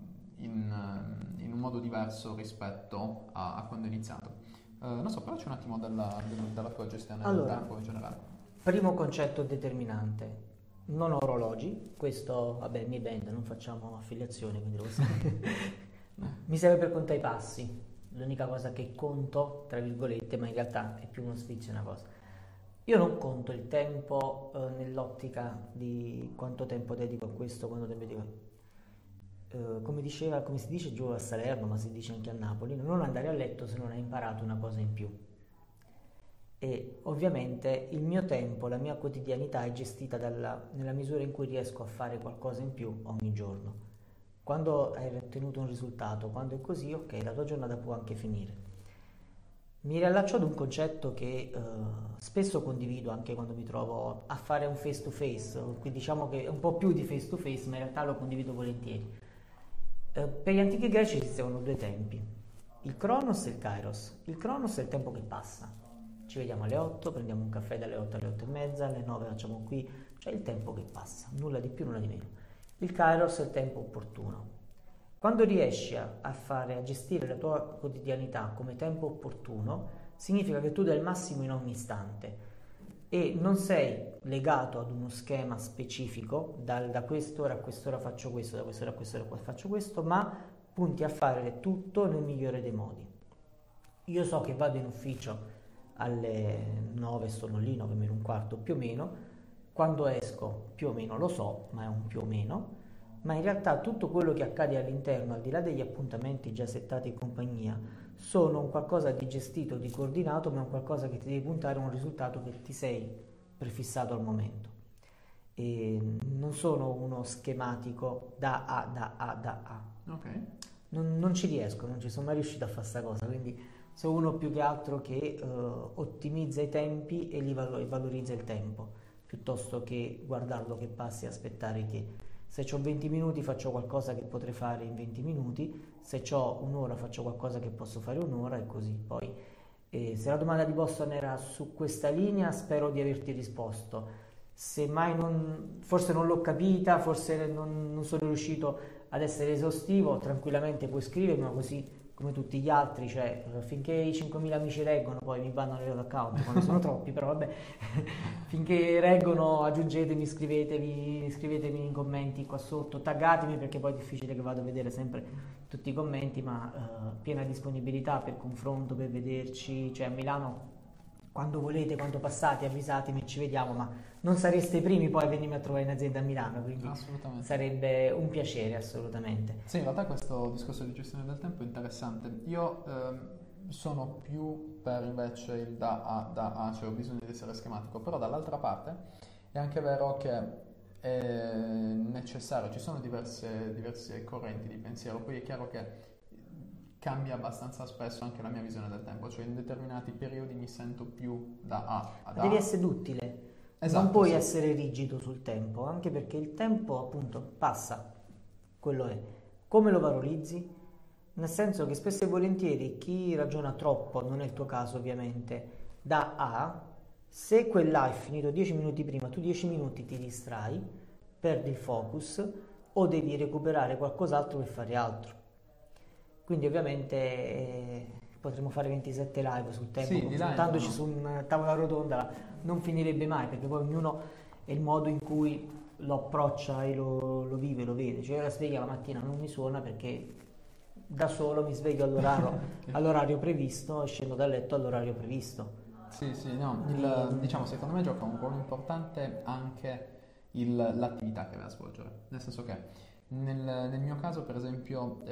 in, in un modo diverso rispetto a, a quando è iniziato. Uh, non so, parlaci un attimo della, della tua gestione allora, del tempo in generale. Primo concetto determinante: non ho orologi. Questo, vabbè, mi band, non facciamo affiliazione, quindi lo so. Mi serve per contare i passi, l'unica cosa che conto, tra virgolette, ma in realtà è più uno sfizio, una cosa. Io non conto il tempo eh, nell'ottica di quanto tempo dedico a questo, quanto tempo dedico a... Uh, come diceva, come si dice giù a Salerno, ma si dice anche a Napoli, non andare a letto se non hai imparato una cosa in più. E ovviamente il mio tempo, la mia quotidianità è gestita dalla, nella misura in cui riesco a fare qualcosa in più ogni giorno. Quando hai ottenuto un risultato, quando è così, ok, la tua giornata può anche finire. Mi riallaccio ad un concetto che uh, spesso condivido anche quando mi trovo a fare un face to face, quindi diciamo che è un po' più di face to face, ma in realtà lo condivido volentieri. Uh, per gli antichi greci esistevano due tempi, il Cronos e il Kairos. Il Cronos è il tempo che passa, ci vediamo alle otto, prendiamo un caffè dalle otto alle otto e mezza, alle nove facciamo qui, cioè il tempo che passa, nulla di più, nulla di meno. Il Kairos è il tempo opportuno. Quando riesci a, a fare, a gestire la tua quotidianità come tempo opportuno, significa che tu dai il massimo in ogni istante e non sei legato ad uno schema specifico, dal, da quest'ora a quest'ora faccio questo, da quest'ora a quest'ora faccio questo, ma punti a fare tutto nel migliore dei modi. Io so che vado in ufficio alle nove, sono lì, nove meno un quarto più o meno, quando esco più o meno lo so, ma è un più o meno, ma in realtà tutto quello che accade all'interno, al di là degli appuntamenti già settati in compagnia, sono un qualcosa di gestito, di coordinato, ma un qualcosa che ti devi puntare a un risultato che ti sei prefissato al momento. E non sono uno schematico da A, da A, da A. Ok. Non, non ci riesco, non ci sono mai riuscito a fare questa cosa, quindi sono uno più che altro che uh, ottimizza i tempi e li valo- valorizza il tempo, piuttosto che guardarlo che passi e aspettare che se ho venti minuti faccio qualcosa che potrei fare in venti minuti, se ho un'ora faccio qualcosa che posso fare un'ora e così. Poi eh, se la domanda di Boston era su questa linea, spero di averti risposto. Se mai non, forse non l'ho capita, forse non, non sono riuscito ad essere esaustivo, tranquillamente puoi scrivermi, così come tutti gli altri, cioè finché i cinquemila amici reggono, poi mi bannano le loro account quando sono troppi, però vabbè, finché reggono aggiungetemi, scrivetevi, scrivetemi in commenti qua sotto, taggatemi perché poi è difficile che vado a vedere sempre tutti i commenti, ma uh, piena disponibilità per confronto, per vederci, cioè a Milano quando volete, quando passate, avvisatemi, ci vediamo, ma non sareste i primi poi a venirmi a trovare in azienda a Milano, quindi sarebbe un piacere assolutamente. Sì, in realtà questo discorso di gestione del tempo è interessante. Io ehm, sono più per invece il da A, da A, cioè ho bisogno di essere schematico, però dall'altra parte è anche vero che è necessario, ci sono diverse, diverse correnti di pensiero, poi è chiaro che cambia abbastanza spesso anche la mia visione del tempo, cioè in determinati periodi mi sento più da A ad A. Devi essere duttile, esatto, non puoi sì. essere rigido sul tempo, anche perché il tempo appunto passa, quello è. Come lo valorizzi? Nel senso che spesso e volentieri chi ragiona troppo, non è il tuo caso ovviamente, da A, se quell'A è finito dieci minuti prima, tu dieci minuti ti distrai, perdi il focus o devi recuperare qualcos'altro per fare altro. Quindi ovviamente eh, potremmo fare ventisette live sul tempo, sì, confrontandoci no. su una tavola rotonda, non finirebbe mai, perché poi ognuno è il modo in cui lo approccia e lo, lo vive, lo vede. Cioè io la sveglia la mattina non mi suona perché da solo mi sveglio all'orario, all'orario previsto e scendo dal letto all'orario previsto. Sì, sì, no, il, diciamo secondo me gioca un ruolo importante anche il, l'attività che vai a svolgere, nel senso che nel, nel mio caso per esempio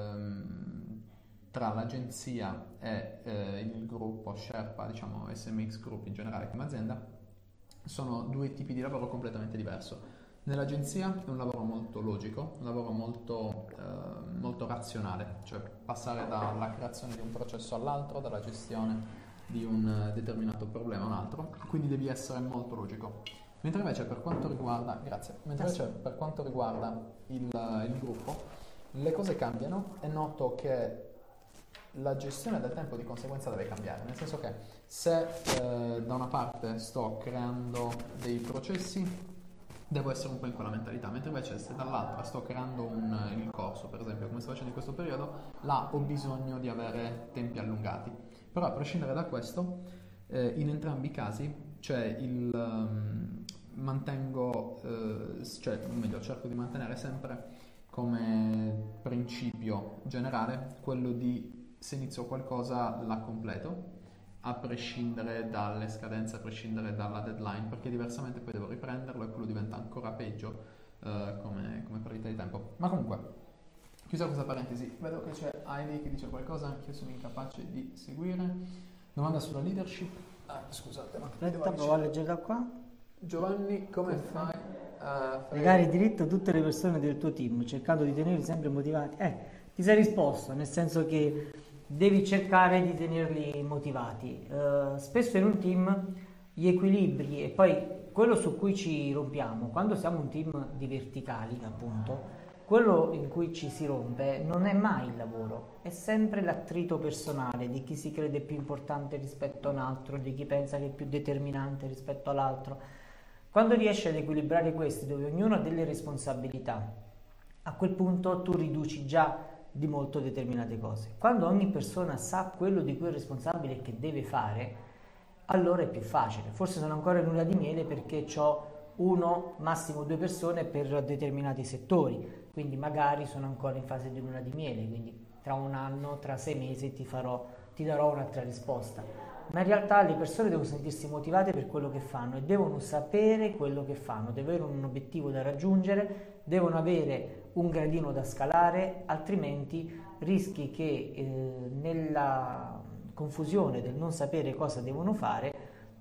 ehm, tra l'agenzia e eh, il gruppo Sherpa, diciamo S M X Group in generale come azienda, sono due tipi di lavoro completamente diverso. Nell'agenzia è un lavoro molto logico, un lavoro molto, eh, molto razionale, cioè passare dalla creazione di un processo all'altro, dalla gestione di un determinato problema a un altro, quindi devi essere molto logico. Mentre invece per quanto riguarda, grazie, mentre invece per quanto riguarda il, il gruppo, le cose cambiano e noto che la gestione del tempo di conseguenza deve cambiare, nel senso che se eh, da una parte sto creando dei processi, devo essere un po' in quella mentalità, mentre invece se dall'altra sto creando un, il corso, per esempio, come sto facendo in questo periodo, là ho bisogno di avere tempi allungati. Però a prescindere da questo, eh, in entrambi i casi, cioè il um, mantengo, eh, cioè o meglio cerco di mantenere sempre come principio generale quello di se inizio qualcosa la completo, a prescindere dalle scadenze, a prescindere dalla deadline, perché diversamente poi devo riprenderlo e quello diventa ancora peggio eh, come, come perdita di tempo. Ma comunque, chiusa questa parentesi, vedo che c'è Heidi che dice qualcosa, anche io sono incapace di seguire. Domanda sulla leadership. Ah, scusate, ma aspetta, provo a leggere da qua. Giovanni, come fai a fare... Legare diritto a tutte le persone del tuo team, cercando di tenerli sempre motivati. Eh, ti sei risposto, nel senso che devi cercare di tenerli motivati. Uh, spesso in un team gli equilibri e poi quello su cui ci rompiamo, quando siamo un team di verticali appunto, quello in cui ci si rompe non è mai il lavoro, è sempre l'attrito personale di chi si crede più importante rispetto a un altro, di chi pensa che è più determinante rispetto all'altro. Quando riesci ad equilibrare questi, dove ognuno ha delle responsabilità, a quel punto tu riduci già di molto determinate cose. Quando ogni persona sa quello di cui è responsabile e che deve fare, allora è più facile. Forse sono ancora in luna di miele perché ho uno, massimo due persone per determinati settori, quindi magari sono ancora in fase di luna di miele, quindi tra un anno, tra sei mesi ti farò, ti darò un'altra risposta. Ma in realtà le persone devono sentirsi motivate per quello che fanno e devono sapere quello che fanno, devono avere un obiettivo da raggiungere, devono avere un gradino da scalare, altrimenti rischi che eh, nella confusione del non sapere cosa devono fare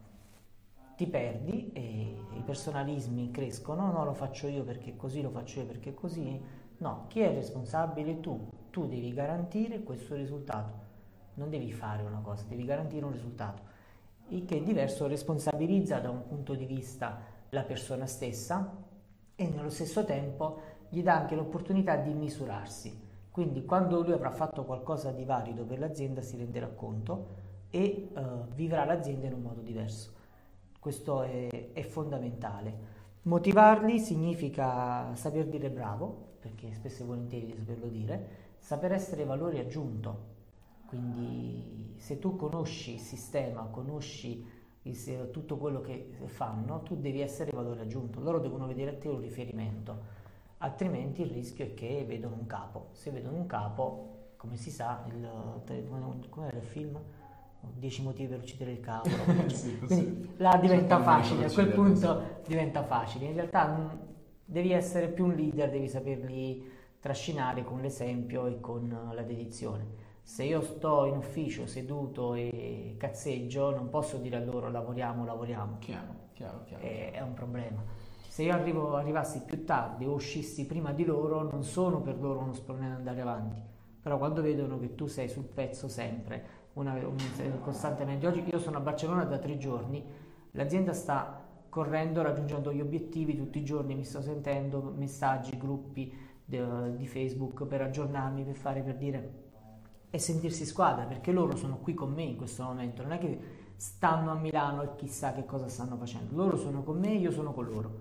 ti perdi e i personalismi crescono. No, lo faccio io perché così, lo faccio io perché così. No, chi è responsabile? Tu. Tu devi garantire questo risultato. Non devi fare una cosa, devi garantire un risultato. Il che è diverso, responsabilizza da un punto di vista la persona stessa e nello stesso tempo gli dà anche l'opportunità di misurarsi. Quindi quando lui avrà fatto qualcosa di valido per l'azienda si renderà conto e uh, vivrà l'azienda in un modo diverso. Questo è, è fondamentale. Motivarli significa saper dire bravo, perché spesso e volentieri di saperlo dire, saper essere valore aggiunto. Quindi se tu conosci il sistema, conosci il, tutto quello che fanno, tu devi essere valore aggiunto. Loro devono vedere a te un riferimento, altrimenti il rischio è che vedono un capo. Se vedono un capo, come si sa, il, come era il film? dieci motivi per uccidere il capo. Sì, quindi sì. Là diventa facile, a quel punto diventa facile. In realtà mh, devi essere più un leader, devi saperli trascinare con l'esempio e con la dedizione. Se io sto in ufficio seduto e cazzeggio, non posso dire a loro lavoriamo, lavoriamo. Chiaro, chiaro, chiaro. È, è un problema. Se io arrivo, arrivassi più tardi o uscissi prima di loro, non sono per loro uno problema andare avanti. Però quando vedono che tu sei sul pezzo sempre, una, un, costantemente. Oggi io sono a Barcellona da tre giorni, l'azienda sta correndo, raggiungendo gli obiettivi tutti i giorni, mi sto sentendo messaggi, gruppi de, di Facebook per aggiornarmi, per fare, per dire e sentirsi squadra, perché loro sono qui con me in questo momento, non è che stanno a Milano e chissà che cosa stanno facendo, loro sono con me, io sono con loro.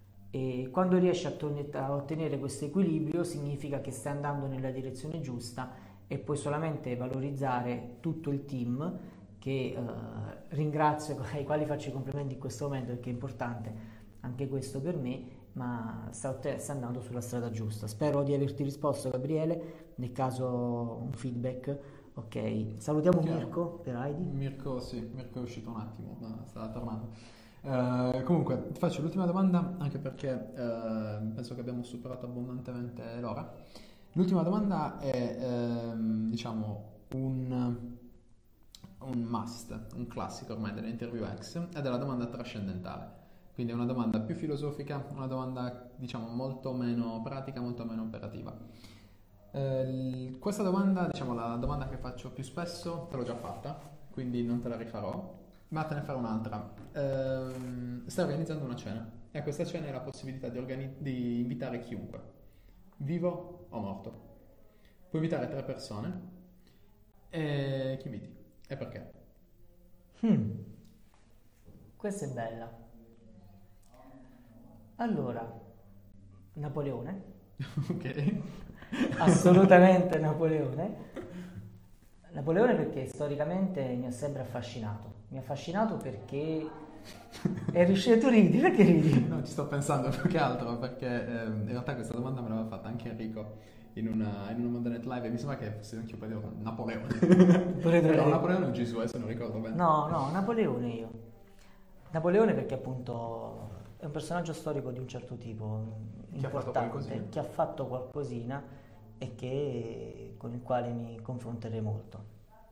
E quando riesci a, ton- a ottenere questo equilibrio significa che stai andando nella direzione giusta e puoi solamente valorizzare tutto il team che eh, ringrazio, ai quali faccio i complimenti in questo momento perché è importante anche questo per me, ma sta, sta andando sulla strada giusta. Spero di averti risposto, Gabriele, nel caso un feedback. Ok, salutiamo Chiaro. Mirko per Heidi. Mirko, sì, Mirko è uscito un attimo, ma stava tornando. Uh, comunque ti faccio l'ultima domanda anche perché uh, penso che abbiamo superato abbondantemente l'ora. L'ultima domanda è ehm, diciamo un, un must, un classico ormai delle interview X ed è la domanda trascendentale, quindi è una domanda più filosofica, una domanda diciamo molto meno pratica, molto meno operativa. Eh, questa domanda, diciamo la domanda che faccio più spesso, te l'ho già fatta, quindi non te la rifarò, ma te ne farò un'altra. Eh, stai organizzando una cena e a questa cena hai la possibilità di, organi- di invitare chiunque, vivo o morto. Puoi invitare tre persone e chi inviti? E perché? Hmm. Questa è bella. Allora, Napoleone. Ok. Assolutamente Napoleone. Napoleone perché storicamente mi ha sempre affascinato. Mi ha affascinato perché È riuscito, tu ridi, perché ridi? No, ci sto pensando più che altro perché eh, in realtà questa domanda me l'aveva fatta anche Enrico in una, in una Monday Night Live e mi sembra che fosse anche io per Napoleone. Però Napoleone è un Gesù, adesso non ricordo bene. No, no, Napoleone io. Napoleone perché appunto è un personaggio storico di un certo tipo, Che ha fatto importante, qualcosina. che ha fatto qualcosina e che, con il quale mi confronterei molto.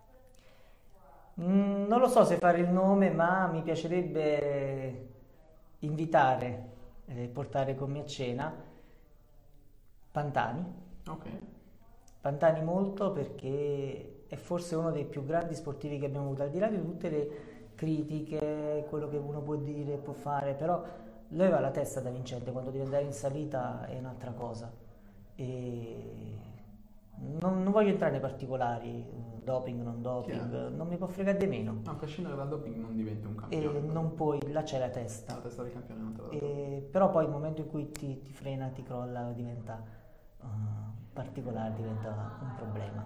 Mm, non lo so se fare il nome, ma mi piacerebbe invitare e portare con me a cena Pantani. Ok. Pantani molto perché è forse uno dei più grandi sportivi che abbiamo avuto, al di là di tutte le critiche, quello che uno può dire, può fare, però lui aveva la testa da vincente, quando deve andare in salita è un'altra cosa. E non, non voglio entrare nei particolari, doping, non doping, Chiaro. non mi può fregare di meno. No, a prescindere dal doping non diventi un E campione. non puoi, là c'è la testa. La testa del campione non te la do. E, però poi il momento in cui ti, ti frena, ti crolla, diventa uh, particolare, diventa un problema.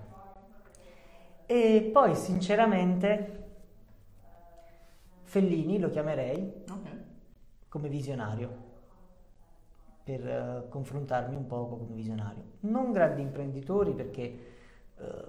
E poi sinceramente Fellini lo chiamerei Ok. come visionario, per eh, confrontarmi un poco come visionario. Non grandi imprenditori perché eh,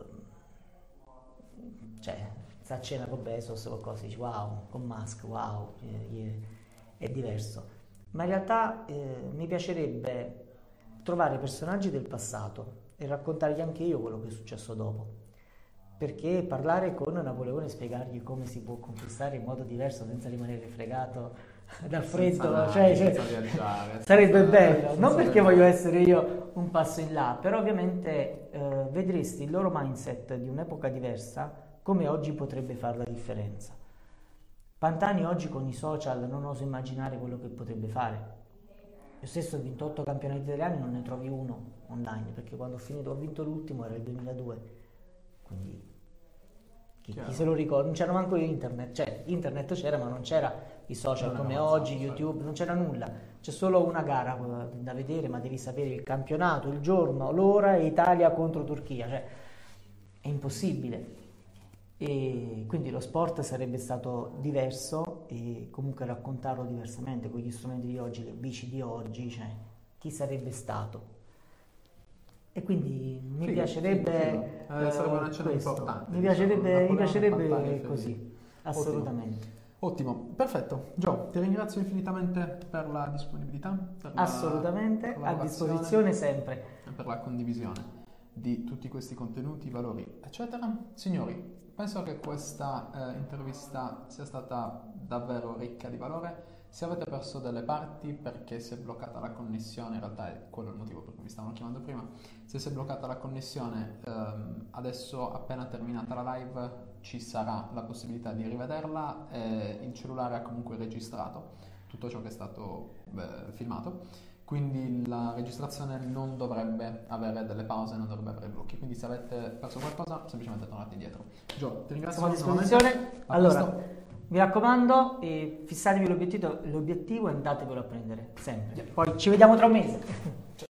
cioè sta a cena con Bezos o qualcosa, dici wow, con Musk, wow, eh, è diverso. Ma in realtà eh, mi piacerebbe trovare personaggi del passato e raccontargli anche io quello che è successo dopo. Perché parlare con Napoleone e spiegargli come si può conquistare in modo diverso senza rimanere fregato dal freddo, Senza cioè, navi, cioè, senza viaggiare, sarebbe senza- bello, senza non perché viaggiare. voglio essere io un passo in là, però ovviamente eh, vedresti il loro mindset di un'epoca diversa come oggi potrebbe fare la differenza. Pantani oggi con i social non oso immaginare quello che potrebbe fare. Io stesso ho vinto otto campionati italiani, non ne trovi uno online, perché quando ho finito, ho vinto l'ultimo, era il duemiladue, quindi chi, chi Chiaro. se lo ricorda, non c'era manco internet, cioè internet c'era ma non c'era i social Non come era oggi, avanzato, YouTube, non c'era nulla, c'è solo una gara eh, da vedere, ma devi sapere il campionato, il giorno, l'ora e Italia contro Turchia, cioè è impossibile. E quindi lo sport sarebbe stato diverso e comunque raccontarlo diversamente con gli strumenti di oggi, le bici di oggi, cioè chi sarebbe stato? E quindi mi Figo, piacerebbe figo, figo. Eh, sarebbe una cena questo. importante, Mi diciamo, piacerebbe, mi Napoleone, piacerebbe Pantani e così, Fellini. assolutamente. Ottimo, perfetto. Gio, ti ringrazio infinitamente per la disponibilità, per la Assolutamente, a collaborazione disposizione sempre. e per la condivisione di tutti questi contenuti, valori, eccetera. Signori, penso che questa eh, intervista sia stata davvero ricca di valore. Se avete perso delle parti perché si è bloccata la connessione, in realtà è quello il motivo per cui mi stavano chiamando prima, se si è bloccata la connessione, ehm, adesso appena terminata la live ci sarà la possibilità di rivederla e il cellulare ha comunque registrato tutto ciò che è stato beh, filmato, quindi la registrazione non dovrebbe avere delle pause, non dovrebbe avere blocchi, quindi se avete perso qualcosa semplicemente tornate indietro. Gio, ti ringrazio. Siamo a nuovamente. disposizione. A Allora, presto. mi raccomando, eh, fissatevi l'obiettivo, l'obiettivo e andatevelo a prendere sempre. Poi ci vediamo tra un mese.